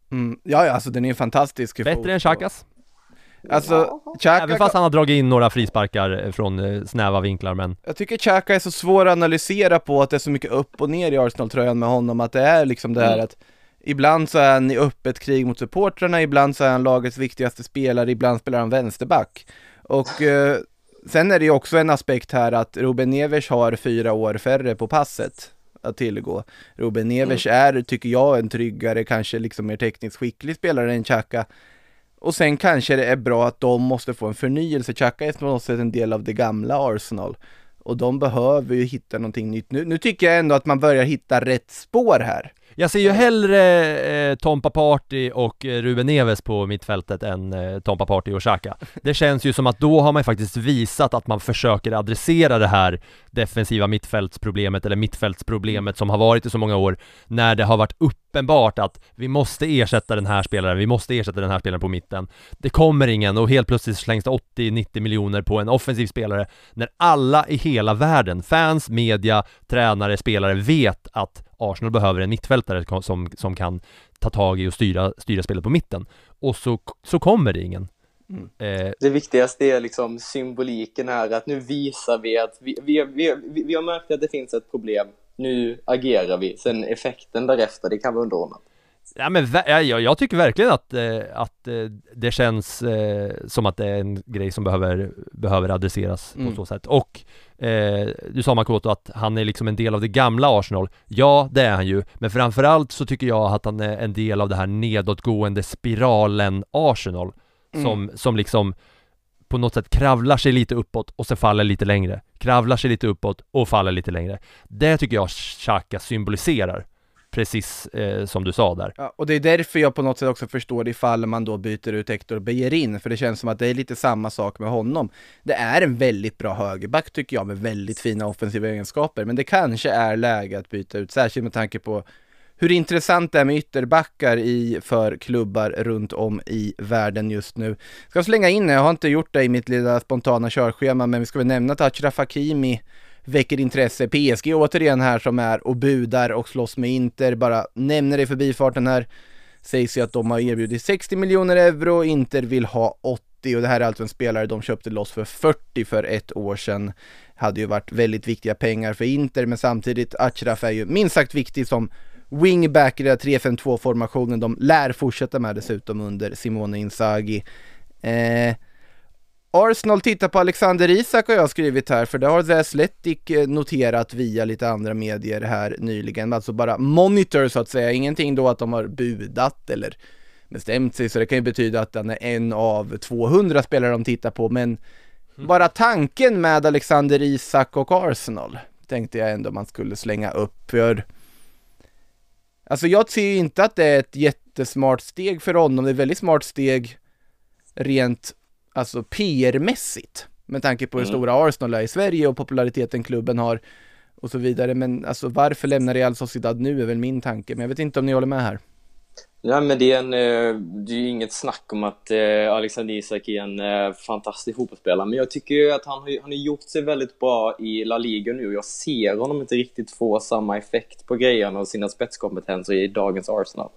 Ja, alltså den är fantastisk. Bättre än Xhakas. Alltså, Xhaka, även fast han har dragit in några frisparkar från snäva vinklar, men jag tycker Xhaka är så svår att analysera på, att det är så mycket upp och ner i Arsenal-tröjan med honom, att det är liksom det här att ibland så är han i öppet krig mot supportrarna, ibland så är han lagets viktigaste spelare, ibland spelar han vänsterback. Och sen är det ju också en aspekt här att Ruben Neves har 4 år färre på passet att tillgå. Ruben Neves är, tycker jag, en tryggare, kanske liksom mer tekniskt skicklig spelare än Xhaka. Och sen kanske det är bra att de måste få en förnyelse. Xhaka är på något sätt en del av det gamla Arsenal. Och de behöver ju hitta någonting nytt. Nu tycker jag ändå att man börjar hitta rätt spår här. jag ser ju hellre Tompa Partey och Ruben Neves på mittfältet än Tompa Partey och Xhaka. Det känns ju som att då har man faktiskt visat att man försöker adressera det här defensiva mittfältsproblemet, eller mittfältsproblemet som har varit i så många år, när det har varit uppenbart att vi måste ersätta den här spelaren på mitten. Det kommer ingen, och helt plötsligt slängs det 80-90 miljoner på en offensiv spelare när alla i hela världen, fans, media, tränare, spelare vet att Arsenal behöver en mittfältare som kan ta tag i och styra spelet på mitten. Och så kommer det ingen. Det viktigaste är liksom symboliken här, att nu visar vi att vi har märkt att det finns ett problem. Nu agerar vi. Sen effekten därefter, det kan vara underordnat. Ja, men jag tycker verkligen att det känns som att det är en grej som behöver adresseras på så sätt. Och du sa, Makoto, att han är liksom en del av det gamla Arsenal. Ja, det är han ju. Men framförallt så tycker jag att han är en del av det här nedåtgående spiralen Arsenal som liksom på något sätt kravlar sig lite uppåt och sen faller lite längre. Kravlar sig lite uppåt och faller lite längre. Det tycker jag Xhaka symboliserar. Precis som du sa där. Ja, och det är därför jag på något sätt också förstår ifall man då byter ut Hector Bellerin, för det känns som att det är lite samma sak med honom. Det är en väldigt bra högerback tycker jag, med väldigt fina offensiva egenskaper, men det kanske är läge att byta ut, särskilt med tanke på hur intressant det är med ytterbackar för klubbar runt om i världen just nu. Ska slänga in, jag har inte gjort det i mitt lilla spontana körschema, men vi ska väl nämna att Achraf Hakimi väcker intresse. PSG återigen här som är och budar och slåss med Inter. Bara nämner det i förbifarten här. Sägs ju att de har erbjudit 60 miljoner euro. Inter vill ha 80, och det här är alltså en spelare de köpte loss för 40 för ett år sedan. Hade ju varit väldigt viktiga pengar för Inter, men samtidigt Achraf är ju minst sagt viktig som wingback i den 3-5-2-formationen. De lär fortsätta med dessutom under Simone Inzaghi. Arsenal tittar på Alexander Isak har jag skrivit här, för det har The Athletic noterat via lite andra medier här nyligen. Alltså bara monitor så att säga, ingenting då att de har budat eller bestämt sig, så det kan ju betyda att han är en av 200 spelare de tittar på, men bara tanken med Alexander Isak och Arsenal tänkte jag ändå man skulle slänga upp, för alltså jag ser ju inte att det är ett jättesmart steg för honom. Det är ett väldigt smart steg rent alltså PR-mässigt, med tanke på hur stora Arsenal är i Sverige och populariteten klubben har och så vidare. Men alltså varför lämnar Real Sociedad nu är väl min tanke, men jag vet inte om ni håller med här. Ja, men det är ju inget snack om att Alexander Isak är en fantastisk fotbollsspelare, men jag tycker ju att han har gjort sig väldigt bra i La Liga nu. Jag ser honom inte riktigt få samma effekt på grejerna och sina spetskompetenser i dagens Arsenal.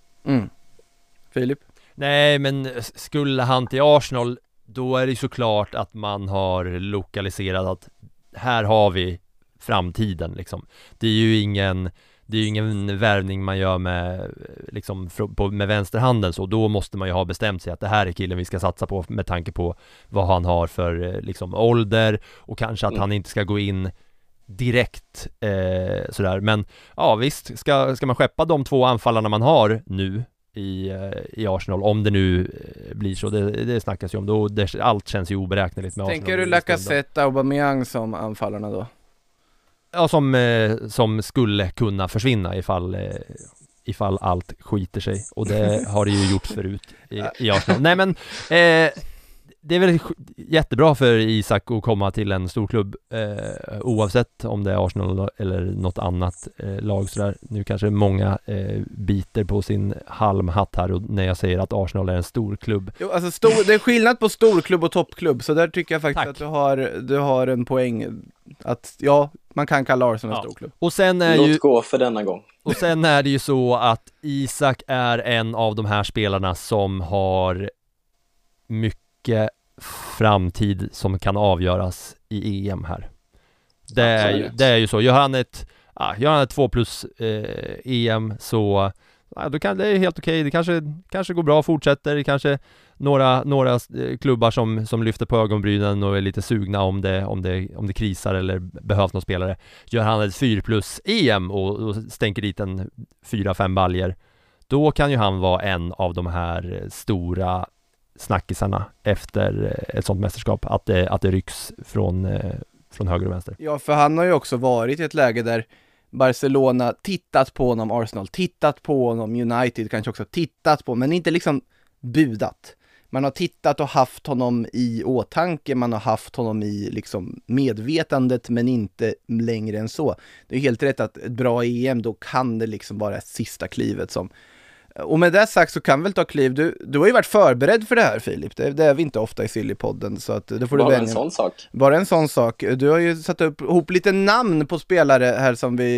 Filip? Nej, men skulle han till Arsenal, då är det såklart att man har lokaliserat att här har vi framtiden liksom. Det är ju ingen värvning man gör med liksom med vänsterhanden, så då måste man ju ha bestämt sig att det här är killen vi ska satsa på med tanke på vad han har för liksom ålder, och kanske att han inte ska gå in direkt sådär. Men ja, visst ska man skeppa de 2 anfallarna man har nu i Arsenal, om det nu blir så, det snackas ju om då, allt känns ju oberäknärligt med Tänker Arsenal. du Lacazette, Aubameyang som anfallarna då? Ja, som skulle kunna försvinna ifall allt skiter sig, och det har det ju gjort förut i Arsenal. Nej, men det är väl jättebra för Isak att komma till en stor klubb, oavsett om det är Arsenal eller något annat lag sådär. Nu kanske många biter på sin halmhatt här, och när jag säger att Arsenal är en stor klubb. Jo, alltså det är skillnad på storklubb och toppklubb, så där tycker jag faktiskt att du har en poäng. Att ja, man kan kalla Arsenal en Ja. stor klubb. Och sen är Låt ju gå för denna gång. Och sen är det ju så att Isak är en av de här spelarna som har mycket framtid som kan avgöras i EM här. Det är ju så. Gör han ett 2+ EM så då kan det är helt okej. Det kanske går bra och fortsätter. Det kanske några klubbar som lyfter på ögonbrynen och är lite sugna om det krisar eller behövs någon spelare. Gör han ett 4+ EM och stänker dit en 4-5 baljer, då kan ju han vara en av de här stora snackisarna efter ett sånt mästerskap, att det rycks från höger och vänster. Ja, för han har ju också varit i ett läge där Barcelona tittat på honom, Arsenal tittat på honom, United kanske också tittat på, men inte liksom budat. Man har tittat och haft honom i åtanke, man har haft honom i liksom medvetandet, men inte längre än så. Det är helt rätt att ett bra EM, då kan det liksom vara sista klivet som... Och med det sagt så kan väl ta kliv. Du har ju varit förberedd för det här, Filip. Det är vi inte ofta i Sillypodden, så att det får du Bara vänja. en sån sak. Bara en sån sak. Du har ju satt ihop lite namn på spelare här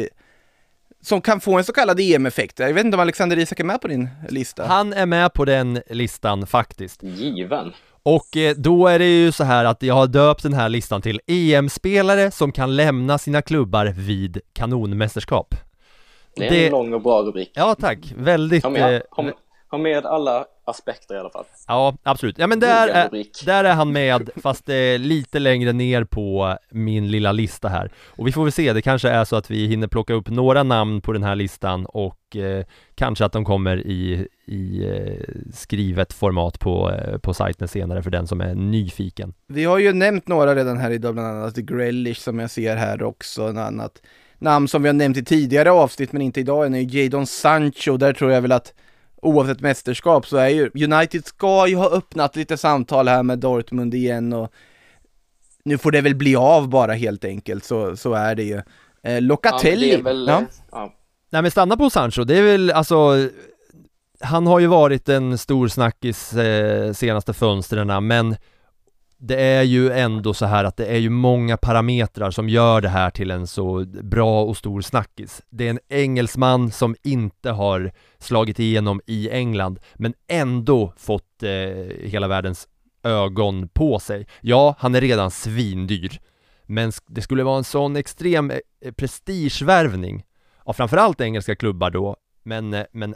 som kan få en så kallad EM-effekt. Jag vet inte om Alexander Isak är med på din lista. Han är med på den listan faktiskt. Given. Och då är det ju så här att jag har döpt den här listan till EM-spelare som kan lämna sina klubbar vid kanonmästerskap. Det är en lång och bra rubrik. Ja, tack. Väldigt... Ha med alla aspekter i alla fall. Ja, absolut. Ja, men där är han med, fast det är lite längre ner på min lilla lista här. Och vi får väl se, det kanske är så att vi hinner plocka upp några namn på den här listan och kanske att de kommer i skrivet format på sajten senare för den som är nyfiken. Vi har ju nämnt några redan här idag, bland annat Grealish som jag ser här också, en annat namn som vi har nämnt i tidigare avsnitt men inte idag är ju Jadon Sancho. Där tror jag väl att oavsett mästerskap så är ju United ska ju ha öppnat lite samtal här med Dortmund igen, och nu får det väl bli av bara helt enkelt, så är det ju. Locatelli. Ja, det är väl, ja. Nej, men stanna på Sancho, det är väl alltså, han har ju varit en stor snackis senaste fönstren, men det är ju ändå så här att det är ju många parametrar som gör det här till en så bra och stor snackis. Det är en engelsman som inte har slagit igenom i England men ändå fått hela världens ögon på sig. Ja, han är redan svindyr, men det skulle vara en sån extrem prestigevärvning av framförallt engelska klubbar då, men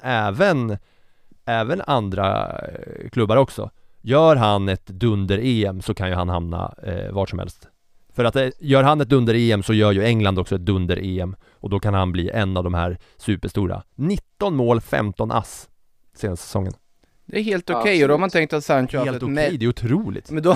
även andra klubbar också. Gör han ett dunder-EM så kan ju han hamna vart som helst. För att gör han ett dunder-EM så gör ju England också ett dunder-EM. Och då kan han bli en av de här superstora. 19 mål, 15 ass senaste säsongen. Det är helt okej. Och då har man tänkt att Sancho haft helt okej, det är otroligt. Men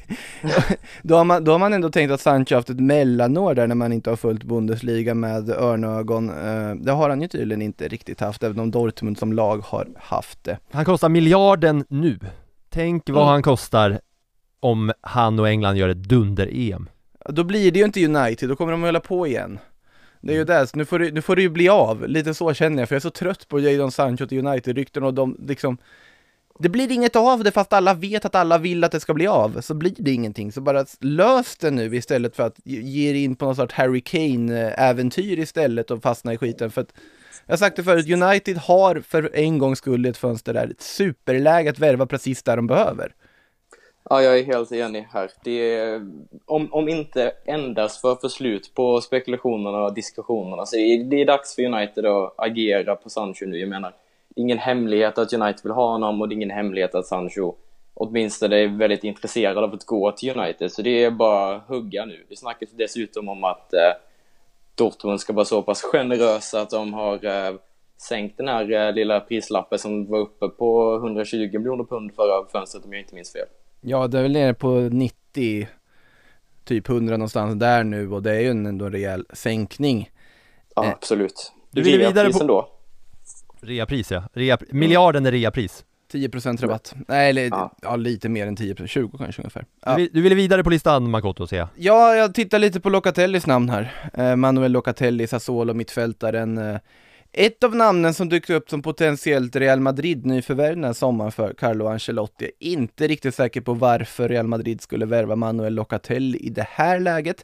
då har man ändå tänkt att Sancho haft ett mellanår där när man inte har följt Bundesliga med örnögon. Det har han ju tydligen inte riktigt haft, även om Dortmund som lag har haft det. Han kostar miljarden nu. Tänk vad han kostar om han och England gör ett dunder-EM. Då blir det ju inte United, då kommer de att hålla på igen. Det är ju det, så nu får det ju bli av. Lite så känner jag, för jag är så trött på Jadon Sancho till United-rykten och de liksom... Det blir inget av det, fast alla vet att alla vill att det ska bli av. Så blir det ingenting, så bara lös det nu istället för att ge er in på någon sorts Harry Kane-äventyr istället och fastna i skiten. För att, jag har sagt det förut, United har för en gångs skull ett fönster där, ett superläge att värva precis där de behöver. Ja, jag är helt enig här. Det är, om inte endast för att få slut på spekulationerna och diskussionerna, så det är dags för United att agera på Sancho nu. Jag menar, det är ingen hemlighet att United vill ha honom, och det är ingen hemlighet att Sancho åtminstone är väldigt intresserad av att gå till United. Så det är bara hugga nu. Det snackas dessutom om att Dortmund ska vara så pass generösa att de har sänkt den här lilla prislappen som var uppe på 120 miljoner pund förra fönstret, om jag inte minns fel. Ja, det är väl nere på 90, typ 100 någonstans där nu, och det är ju ändå en rejäl sänkning. Ja, absolut. Du vill vidare på då? Reapris, ja. Miljarden är reapris. 10% rabatt. Nej, eller ja, lite mer än 10%, 20 kanske ungefär. Ja. Du ville vidare på listan, Makoto, ser jag. Ja, jag tittar lite på Locatellis namn här. Manuel Locatelli, Sassuolo, mittfältaren. Ett av namnen som dyker upp som potentiellt Real Madrid nyförvärv den här sommaren för Carlo Ancelotti. Inte riktigt säker på varför Real Madrid skulle värva Manuel Locatelli i det här läget.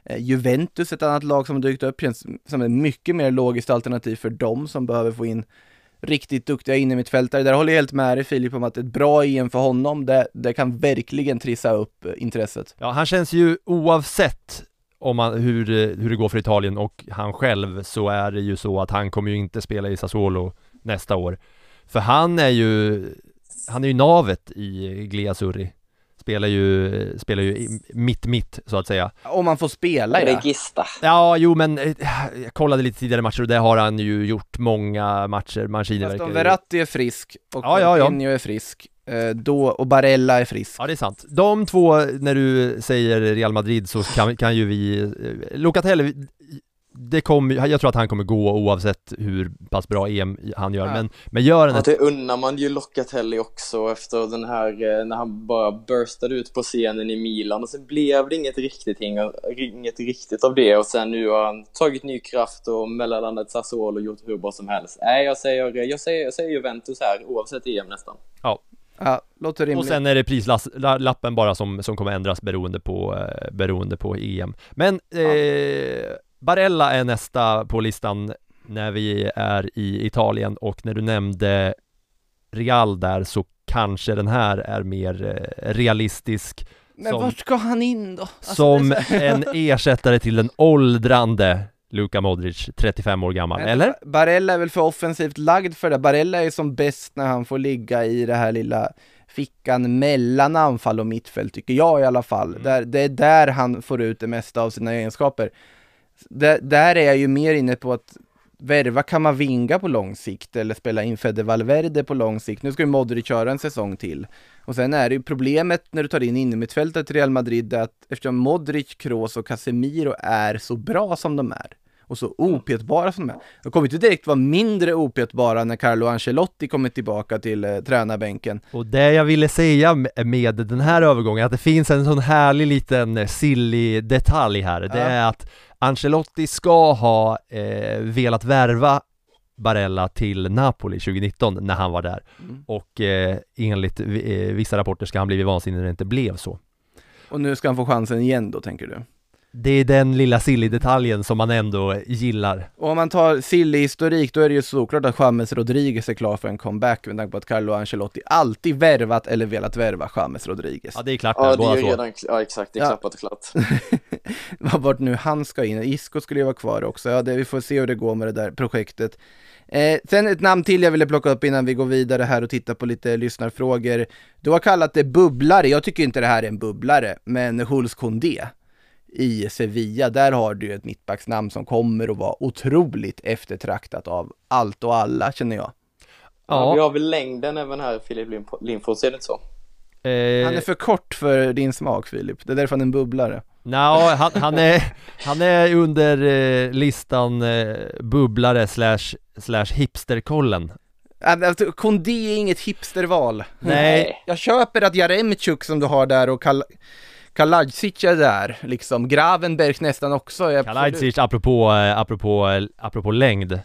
Juventus, ett annat lag som dykt upp, känns som ett mycket mer logiskt alternativ för dem som behöver få in riktigt duktiga innermittfältare. Där håller jag helt med dig, Filip, om att ett bra EM för honom, det kan verkligen trissa upp intresset. Ja, han känns ju oavsett om hur det går för Italien och han själv, så är det ju så att han kommer ju inte spela i Sassuolo nästa år. För han är ju navet i Gliasurri. Spelar ju mitt så att säga. Om man får spela, ja. Regista. Ja, jo, men jag kollade lite tidigare matcher och det har han ju gjort många matcher. Mancini Fast verkar om Verratti är frisk och ja. Injo är frisk, och Barella är frisk. Ja, det är sant. De två, när du säger Real Madrid, så kan ju vi Locatelli, jag tror att han kommer gå oavsett hur pass bra EM han gör, men gör han det unnar man ju Locatelli också efter den här, när han bara burstade ut på scenen i Milan och sen blev det inget riktigt av det, och sen nu har han tagit ny kraft och mellanlandat Sassuolo och gjort hur bra som helst. Nej, jag säger Juventus här oavsett EM nästan. Ja, låter rimligt. Och sen är det prislappen bara som kommer ändras beroende på EM. Men Barella är nästa på listan när vi är i Italien, och när du nämnde Real där, så kanske den här är mer realistisk. Men vart ska han in då? Alltså, som en ersättare till den åldrande Luka Modric, 35 år gammal, eller? Barella är väl för offensivt lagd för det. Barella är som bäst när han får ligga i det här lilla fickan mellan anfall och mittfält, tycker jag i alla fall. Det är där han får ut det mesta av sina egenskaper. Där är jag ju mer inne på att värva Kamavinga på lång sikt eller spela in Fede Valverde på lång sikt. Nu ska ju Modric köra en säsong till. Och sen är det ju problemet när du tar in innermittfältet till Real Madrid, att eftersom Modric, Kroos och Casemiro är så bra som de är och så opetbara som de är, de kommer inte direkt vara mindre opetbara när Carlo Ancelotti kommer tillbaka till tränarbänken. Och det jag ville säga med den här övergången, att det finns en sån härlig liten silly detalj här, det är att Ancelotti ska ha velat värva Barella till Napoli 2019 när han var där. Och enligt vissa rapporter ska han blivit vansinnig när det inte blev så. Och nu ska han få chansen igen då, tänker du? Det är den lilla silly-detaljen som man ändå gillar. Och om man tar silly-historik, då är det ju såklart att James Rodriguez är klar för en comeback, med tanke på att Carlo Ancelotti alltid värvat eller velat värva James Rodriguez. Ja, det är klart. Ja, det är ju redan, exakt, det är klappat och klart. Vart nu han ska in. Isco skulle ju vara kvar också. Ja, vi får se hur det går med det där projektet. Sen ett namn till jag ville plocka upp innan vi går vidare här och titta på lite lyssnarfrågor. Du har kallat det bubblare. Jag tycker inte det här är en bubblare, men Jules Koundé i Sevilla, där har du ett mittbacksnamn som kommer att vara otroligt eftertraktat av allt och alla, känner jag. Ja, vi har väl längden även här, Filip Lindfors, ser det inte så? Han är för kort för din smak, Filip. Det är därför han är en bubblare. Han är under listan bubblare slash hipsterkollen. Koundé är inget hipsterval. Nej. Jag köper att Jaremchuk som du har där och Kalajic är där, liksom. Gravenberg nästan också. Kalajic, apropå längd.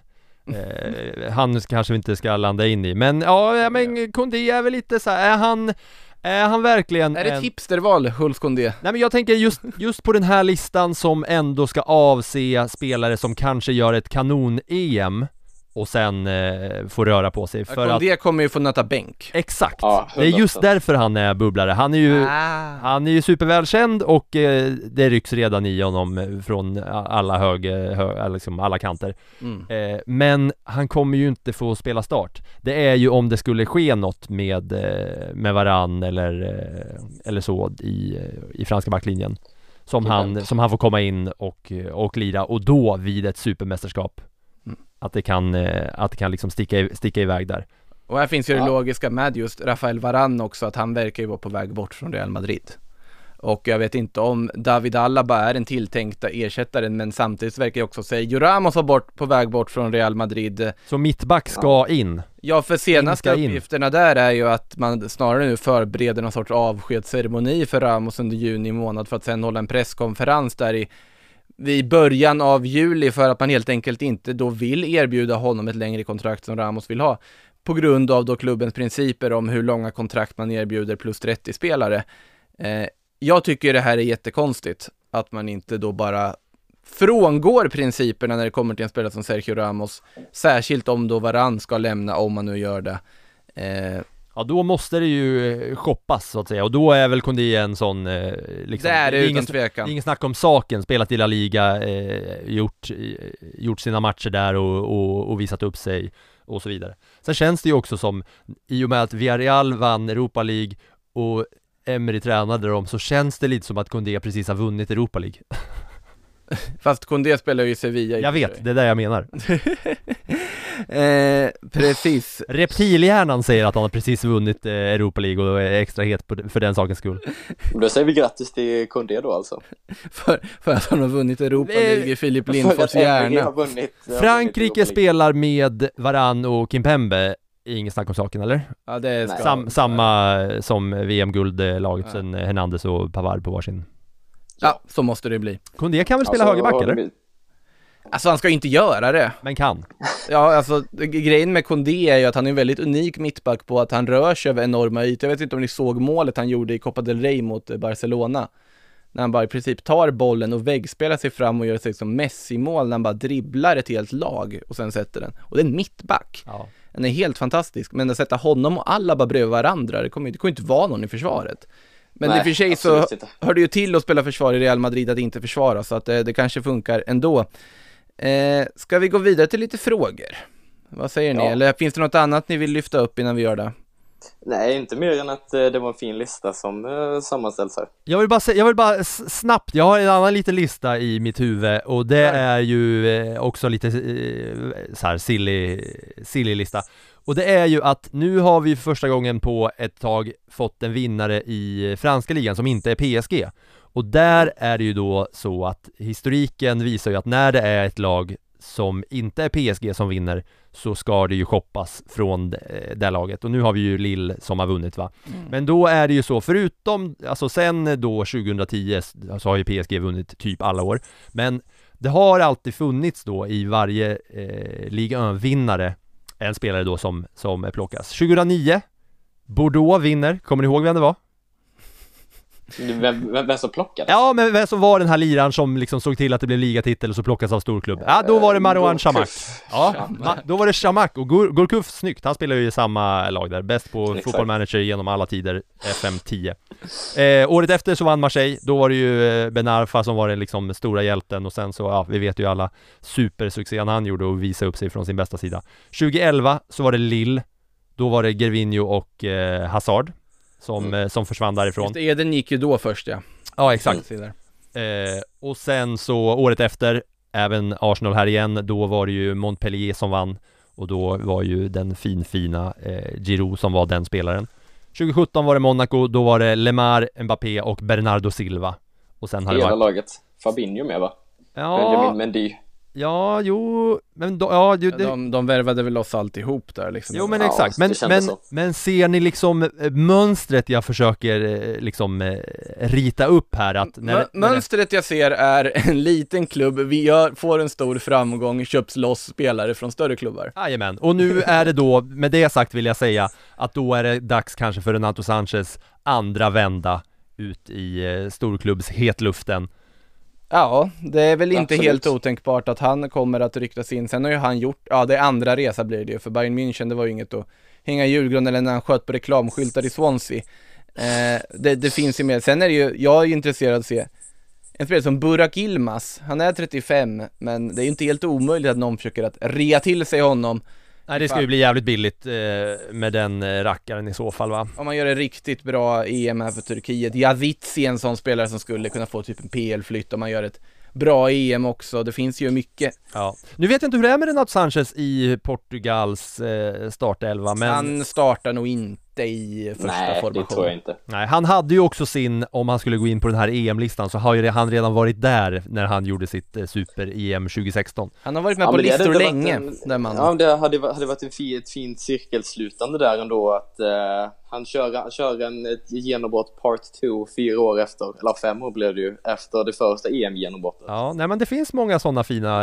Han kanske inte ska landa in i. Men men Koundé är väl lite så här, är han verkligen... Är det ett hipsterval, Jules Koundé? Nej, men jag tänker just på den här listan som ändå ska avse spelare som kanske gör ett kanon-EM och sen får röra på sig. För Koundé kommer ju få nöta bänk. Exakt, det är just därför han är bubblare. Han är ju supervälkänd och det rycks redan i honom från alla liksom alla kanter. Men han kommer ju inte få spela start. Det är ju om det skulle ske något med Varane eller så i franska backlinjen som han får komma in och lira, och då vid ett supermästerskap att det kan liksom sticka iväg där. Och här finns ju det logiska med just Rafael Varane också, att han verkar ju vara på väg bort från Real Madrid. Och jag vet inte om David Alaba är den tilltänkta ersättaren, men samtidigt verkar jag också säga Ramos var på väg bort från Real Madrid. Så mittback ska in? Ja, för senaste uppgifterna där är ju att man snarare nu förbereder någon sorts avskedsceremoni för Ramos under juni månad, för att sen hålla en presskonferens där vid början av juli, för att man helt enkelt inte då vill erbjuda honom ett längre kontrakt som Ramos vill ha, på grund av då klubbens principer om hur långa kontrakt man erbjuder plus 30 spelare. Jag tycker det här är jättekonstigt. att man inte då bara frångår principerna när det kommer till en spelare som Sergio Ramos, särskilt om då Varane ska lämna, om man nu gör det. Ja, då måste det ju shoppas så att säga, och då är väl Koundé en sån liksom, det är det utan tvekan. Ingen snack om saken, spelat i La Liga, gjort sina matcher där och visat upp sig och så vidare. Sen känns det ju också som, i och med att Villarreal vann Europa League och Emery tränade dem, så känns det lite som att Koundé precis har vunnit Europa League. Fast Koundé spelar ju i Sevilla. Jag vet, det är det jag menar. Precis. Reptilhjärnan säger att han har precis vunnit Europa League och är extra het för den sakens skull. Då säger vi grattis till Koundé då alltså. För att han har vunnit Europa League i Filip Lindfords hjärna. Frankrike spelar med Varane och Kimpembe. Ingen snack om saken, eller? Ja, det är samma som VM-guldlaget sen Hernandez och Pavard på varsin. Ja, så måste det bli. Koundé kan väl spela högerback, eller? Alltså han ska ju inte göra det. Men kan. Ja, alltså grejen med Koundé är ju att han är en väldigt unik mittback på att han rör sig över enorma ytor. Jag vet inte om ni såg målet han gjorde i Copa del Rey mot Barcelona. När han bara i princip tar bollen och väggspelar sig fram och gör sig som Messi-mål när han bara dribblar ett helt lag och sen sätter den. Och det är en mittback. Ja. Den är helt fantastisk. Men att sätta honom och alla bara bredvid varandra, det kommer inte vara någon i försvaret. Men i och för sig så hör det ju till att spela försvar i Real Madrid att inte försvara, så att det kanske funkar ändå. Ska vi gå vidare till lite frågor? Vad säger ni? Eller finns det något annat ni vill lyfta upp innan vi gör det? Nej, inte mer än att det var en fin lista som sammanställs här. Jag vill bara snabbt, jag har en annan liten lista i mitt huvud, och det är ju också lite så här silly lista. Och det är ju att nu har vi för första gången på ett tag fått en vinnare i franska ligan som inte är PSG. Och där är det ju då så att historiken visar ju att när det är ett lag som inte är PSG som vinner, så ska det ju shoppas från det laget. Och nu har vi ju Lille som har vunnit, va? Men då är det ju så, förutom, alltså sen då 2010 så har ju PSG vunnit typ alla år. Men det har alltid funnits då i varje Ligue 1-vinnare en spelare då som plockas. 2009 Bordeaux vinner, kommer ni ihåg vem det var? Vem som plockade? Ja, men vem som var den här liran som liksom såg till att det blev ligatitel och så plockas av storklubb? Ja, då var det Marouane Chamakh. Ja, då var det Chamakh, och Gourcuff, snyggt. Han spelar ju i samma lag där. Bäst på Football Manager genom alla tider, FM10. Året efter så vann Marseille. Då var det ju Ben Arfa som var den liksom stora hjälten. Och sen så, ja, vi vet ju alla supersuccén han gjorde och visa upp sig från sin bästa sida. 2011 så var det Lille. Då var det Gervinho och Hazard som försvann därifrån. Just Eden gick ju då först, ja. Ja, exakt. Och sen så året efter, även Arsenal här igen, då var det ju Montpellier som vann, och då var ju den fina Giroud som var den spelaren. 2017 var det Monaco, då var det Lemar, Mbappé och Bernardo Silva. Och sen har det varit laget. Fabinho med, va? Ja. Benjamin Mendy. Ja, jo, men de värvade väl oss alltihop där liksom. Jo, men exakt, men ser ni liksom mönstret jag försöker liksom rita upp här, att mönstret jag ser är en liten klubb, får en stor framgång, köps loss spelare från större klubbar. Jajamän, och nu är det då, med det sagt vill jag säga att då är det dags kanske för Renato Sanchez andra vända ut i storklubbs hetluften. Ja, det är väl inte helt otänkbart att han kommer att ryktas in. Sen har ju han gjort, det andra resa blir det ju. För Bayern München, det var ju inget att hänga i julgran eller när han sköt på reklamskyltar i Swansea. Det finns ju mer. Sen är det ju, jag är ju intresserad att se en spelare som Burak Yilmaz. Han är 35, men det är ju inte helt omöjligt att någon försöker att rea till sig honom. Nej, det ska ju bli jävligt billigt med den rackaren i så fall, va? Om man gör en riktigt bra EM här för Turkiet. Javitsi är en sån spelare som skulle kunna få typ en PL-flytt om man gör ett bra EM också. Det finns ju mycket. Ja. Nu vet jag inte hur det är med Renato Sanchez i Portugals startelva, men han startar nog inte i första formation. Nej, det tror jag inte. Nej, han hade ju också om han skulle gå in på den här EM-listan, så har ju han redan varit där när han gjorde sitt super-EM 2016. Han har varit med på listor länge. Det hade varit ett fint cirkelslutande där ändå, att han kör ett genombrott part 2 4 år efter, eller 5 år blev det ju, efter det första EM-genombrottet. Ja, nej, men det finns många sådana fina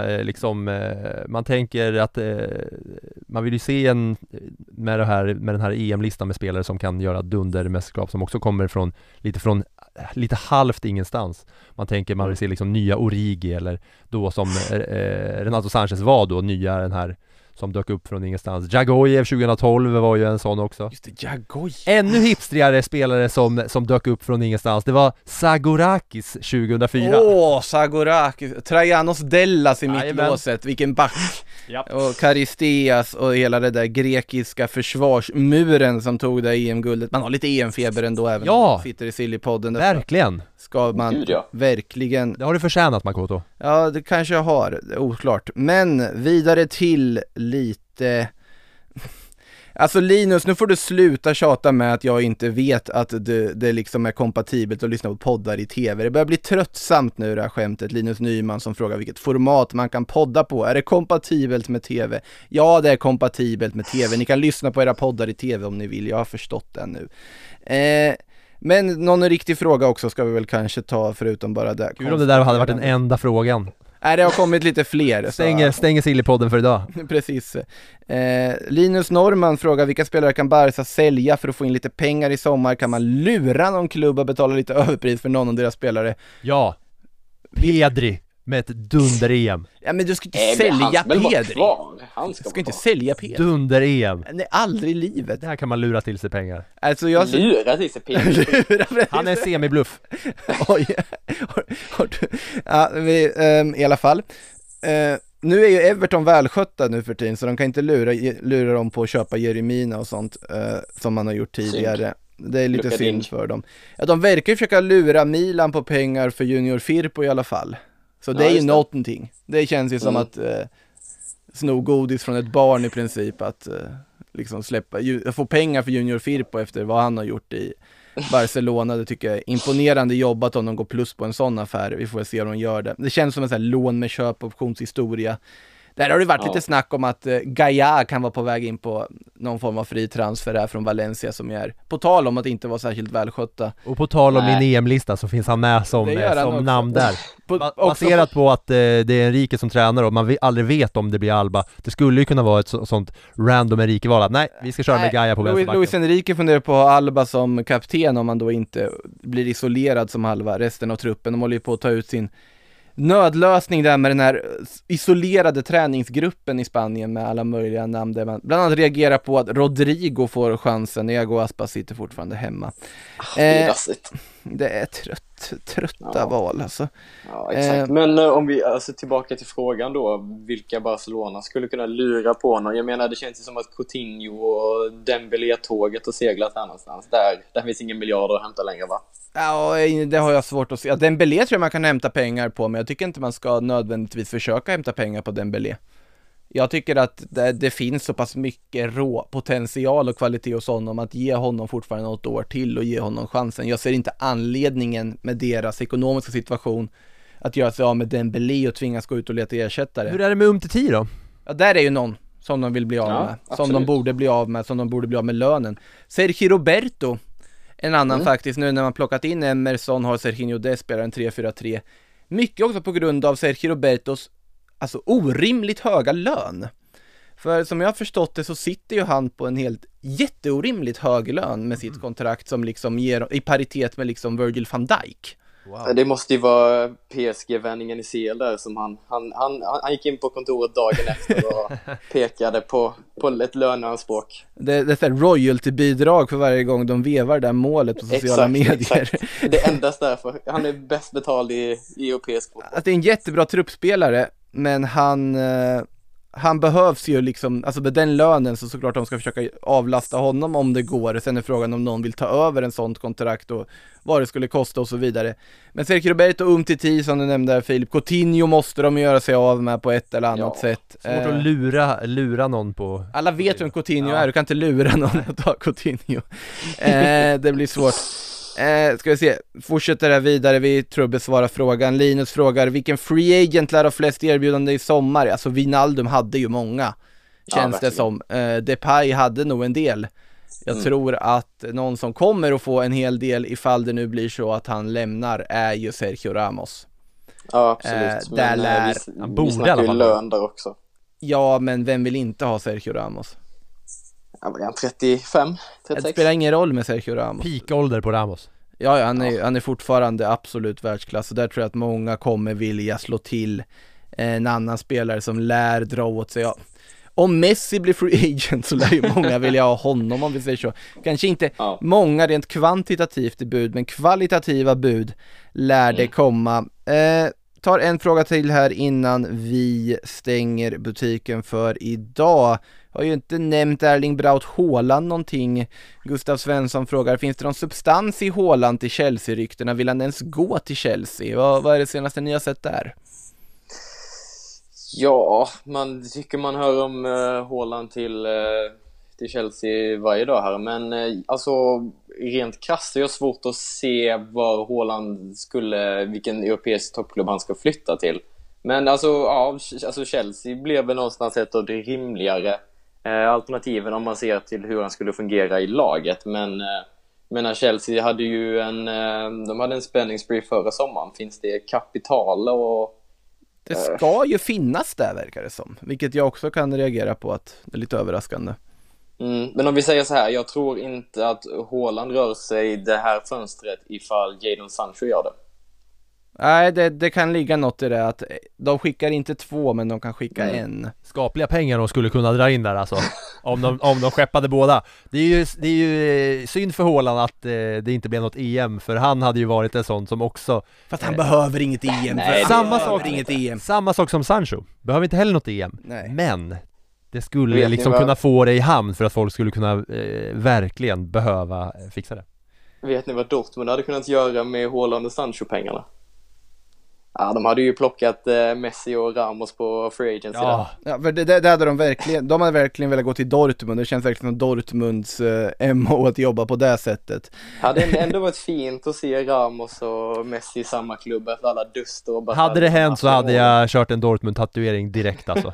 man tänker att man vill ju se med den här EM-listan med spelare som kan göra dundermästerskap, som också kommer från lite halvt ingenstans. Man tänker man vill se liksom nya Origi eller då som Renato Sanchez var då, nya den här som dök upp från ingenstans. Djagojev 2012 var ju en sån också. Just det, Djagojev. Ännu hipstrigare spelare som dök upp från ingenstans. Det var Zagorakis 2004. Zagorakis. Trajanos Dellas i Jajamän. mittlåset. Vilken back. Japp. Och Karisteas och hela det där grekiska försvarsmuren som tog det EM-guldet. Man har lite EM-feber ändå även om man sitter i Sillypodden. Verkligen. Ska man verkligen... Det har du förtjänat, Makoto. Ja, det kanske jag har. Oklart. Men vidare till lite... Alltså Linus, nu får du sluta tjata med att jag inte vet att det liksom är kompatibelt att lyssna på poddar i tv. Det börjar bli tröttsamt nu det här skämtet. Linus Nyman som frågar vilket format man kan podda på. Är det kompatibelt med tv? Ja, det är kompatibelt med tv. Ni kan lyssna på era poddar i tv om ni vill. Jag har förstått det nu. Men någon riktig fråga också ska vi väl kanske ta förutom bara det. Kul om det där hade varit den enda frågan. Nej, det har kommit lite fler. Stänger Sillypodden för idag. Precis. Linus Norman frågar vilka spelare kan Barca sälja för att få in lite pengar i sommar? Kan man lura någon klubb och betala lite överpris för någon av deras spelare? Ja, Pedri med ett dunder-EM. Ja, men du ska inte sälja Pedri. Han ska inte sälja Pedri. Dunder-EM. Nej, aldrig i livet. Det här kan man lura till sig pengar. Alltså lura till sig pengar. Han är semibluff. Oj. Ja, i alla fall. Nu är ju Everton välskötta nu för tiden, så de kan inte lura dem på att köpa Jeremina och sånt som man har gjort tidigare. Det är lite synd för dem. Ja, de verkar ju försöka lura Milan på pengar för Junior Firpo i alla fall. Så det är ju någonting. Det känns ju som att sno godis från ett barn i princip, att liksom få pengar för Junior Firpo efter vad han har gjort i Barcelona. Det tycker jag är imponerande jobbat om de går plus på en sån affär. Vi får se om de gör det. Det känns som en sån här lån med köpoptionshistoria. Där har det varit lite snack om att Gaia kan vara på väg in på någon form av fri transfer här från Valencia, som är på tal om att inte vara särskilt välskötta. Och på tal om min EM-lista så finns han med som namn där. Baserat på att det är Enrique som tränar och man aldrig vet om det blir Alba. Det skulle ju kunna vara ett sånt random Enrique-val att nej, vi ska köra med Gaia på vänsterbacken. Luis Enrique funderar på att ha Alba som kapten om man då inte blir isolerad som halva resten av truppen. De håller ju på att ta ut sin nödlösning där med den här isolerade träningsgruppen i Spanien med alla möjliga namn där man bland annat reagerar på att Rodrigo får chansen. Iago Aspas sitter fortfarande hemma. Det är trötta val alltså. Ja, exakt. Men om vi tillbaka till frågan då, vilka Barcelona skulle kunna lura på någon? Jag menar, det känns som att Coutinho och Dembélé-tåget har seglat här någonstans. Där finns ingen miljarder att hämta längre, va? Ja, det har jag svårt att se. Dembélé tror jag man kan hämta pengar på, men jag tycker inte man ska nödvändigtvis försöka hämta pengar på Dembélé. Jag tycker att det finns så pass mycket potential och kvalitet hos honom att ge honom fortfarande något år till och ge honom chansen. Jag ser inte anledningen med deras ekonomiska situation att göra sig av med Dembélé och tvingas gå ut och leta ersättare. Hur är det med Umtiti då? Ja, där är ju någon som de vill bli av med. Absolut. Som de borde bli av med, som de borde bli av med lönen. Sergio Roberto, en annan faktiskt, nu när man plockat in Emerson har Serginho Dest spelar en 3-4-3. Mycket också på grund av Sergio Robertos orimligt höga lön. För som jag har förstått det så sitter ju han på en helt jätteorimligt hög lön med sitt kontrakt som liksom ger i paritet med liksom Virgil van Dijk. Wow. Det måste ju vara PSG-vändningen i CL där som han gick in på kontoret dagen efter och pekade på ett löneanspråk. Det är ett royalty-bidrag för varje gång de vevar det målet på sociala medier. Exakt. Det är endast därför. Han är bäst betald i europeisk fotboll. Att det är en jättebra truppspelare, men han behövs ju liksom, alltså med den lönen så såklart de ska försöka avlasta honom om det går. Sen är frågan om någon vill ta över en sånt kontrakt och vad det skulle kosta och så vidare. Men Sergio Roberto och Umtiti som du nämnde där, Filip, Coutinho måste de göra sig av med på ett eller annat sätt. Svårt att lura någon på. Alla vet vem Coutinho är, du kan inte lura någon att ta Coutinho. Det blir svårt. Ska vi se, fortsätter här vidare. Vi tror besvara frågan. Linus frågar, vilken free agent lär ha flest erbjudande i sommar? Alltså Wijnaldum hade ju många, känns det som. Depay hade nog en del. Jag tror att någon som kommer att få en hel del ifall det nu blir så att han lämnar är ju Sergio Ramos. Ja, absolut. Men vi snackar ju lön där också. Ja, men vem vill inte ha Sergio Ramos? Ja, 35, 36. Det spelar ingen roll med Sergio Ramos. Peak-ålder på Ramos. Ja, han är fortfarande absolut världsklass, och där tror jag att många kommer vilja slå till en annan spelare som lär dra åt sig. Ja. Om Messi blir free agent så lär ju många vilja ha honom, om vi säger så. Kanske inte många rent kvantitativt i bud, men kvalitativa bud lär det komma. Tar en fråga till här innan vi stänger butiken för idag. Jag har ju inte nämnt Erling Braut Haaland någonting. Gustav Svensson frågar, finns det någon substans i Haaland till Chelsea-ryktena? Vill han ens gå till Chelsea? Vad är det senaste ni har sett där? Ja, man tycker man hör om Haaland till Chelsea varje dag här. Men alltså rent krasst är det svårt att se var Haaland vilken europeisk toppklubb han ska flytta till. Men alltså Chelsea blev väl någonstans ett av de rimligare alternativen om man ser till hur han skulle fungera i laget. Men Chelsea hade ju de hade en spänningsspree förra sommaren. Finns det kapital och... Det ska ju finnas där, verkar det som. Vilket jag också kan reagera på, att det är lite överraskande. Men om vi säger så här, jag tror inte att Haaland rör sig det här fönstret ifall Jadon Sancho gör det. Nej, det kan ligga något i det, att de skickar inte 2, men de kan skicka 1. Skapliga pengar de skulle kunna dra in där alltså, om de skeppade båda. Det är ju synd för Haaland att det inte blev något EM, för han hade ju varit en sån som också... Fast han behöver inget EM. Samma sak som Sancho. Behöver inte heller något EM. Nej. Men det skulle liksom kunna få det i hamn för att folk skulle kunna verkligen behöva fixa det. Vet ni vad Dortmund hade kunnat göra med Haaland och Sancho-pengarna? Ja, de hade ju plockat Messi och Ramos på free agency. Ja, för det hade de hade verkligen velat gå till Dortmund. Det känns verkligen som Dortmunds MO att jobba på det sättet. Hade ändå varit fint att se Ramos och Messi i samma klubb efter alla duster och bara... Hade det hänt så hade jag kört en Dortmund-tatuering direkt alltså.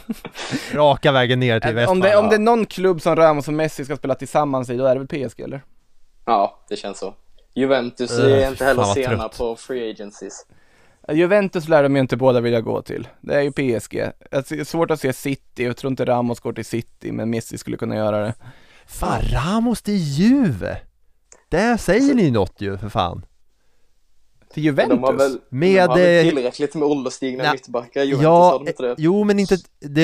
Raka vägen ner till Västmanland. Om det är någon klubb som Ramos och Messi ska spela tillsammans i, då är det väl PSG, eller? Ja, det känns så. Juventus är inte heller sena på free agencies. Juventus lär de ju inte båda vilja gå till. Det är ju PSG. Det är svårt att se City. Jag tror inte Ramos går till City, men Messi skulle kunna göra det. Fan, Ramos till Juve. Det säger ni något ju, för fan. Till Juventus? De har väl tillräckligt med ålderstigna mittbackar. Juventus har de inte det. Jo, men inte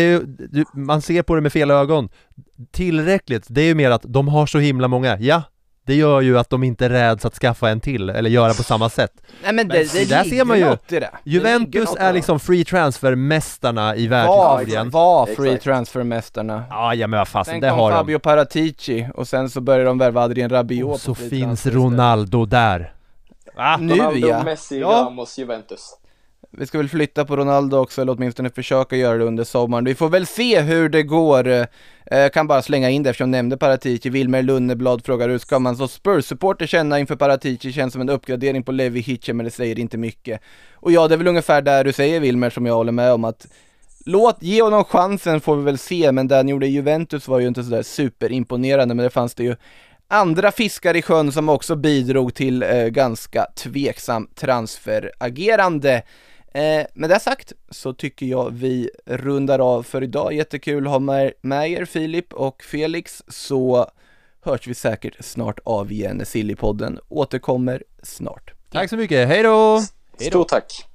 man ser på det med fel ögon. Tillräckligt, det är ju mer att de har så himla många. Ja, det gör ju att de inte räds att skaffa en till eller göra på samma sätt. Nej, men det där ser man ju. Juventus är liksom free transfer-mästarna i världshistorien. Var free transfer-mästarna. Ja, men vad fasen, det har har Fabio Paratici och sen så börjar de värva Adrien Rabiot. Så finns Ronaldo där. Ronaldo, Messi, Ramos, Juventus. Vi ska väl flytta på Ronaldo också, eller åtminstone försöka göra det under sommaren. Vi får väl se hur det går. Kan bara slänga in det eftersom jag nämnde Paratici. Wilmer Lunneblad frågar, hur ska man som Spurs-supporter känna inför Paratici? Känns som en uppgradering på Levi Hitchem, men det säger inte mycket. Och ja, det är väl ungefär där du säger, Wilmer, som jag håller med om, att ge honom chansen, får vi väl se. Men det han gjorde i Juventus var ju inte sådär superimponerande, men det fanns det ju andra fiskar i sjön som också bidrog till ganska tveksam transferagerande. Med det sagt så tycker jag vi rundar av för idag. Jättekul att ha med er, Filip och Felix, så hörs vi säkert snart av igen. Sillypodden återkommer snart. Tack så mycket, hej då! Stort tack!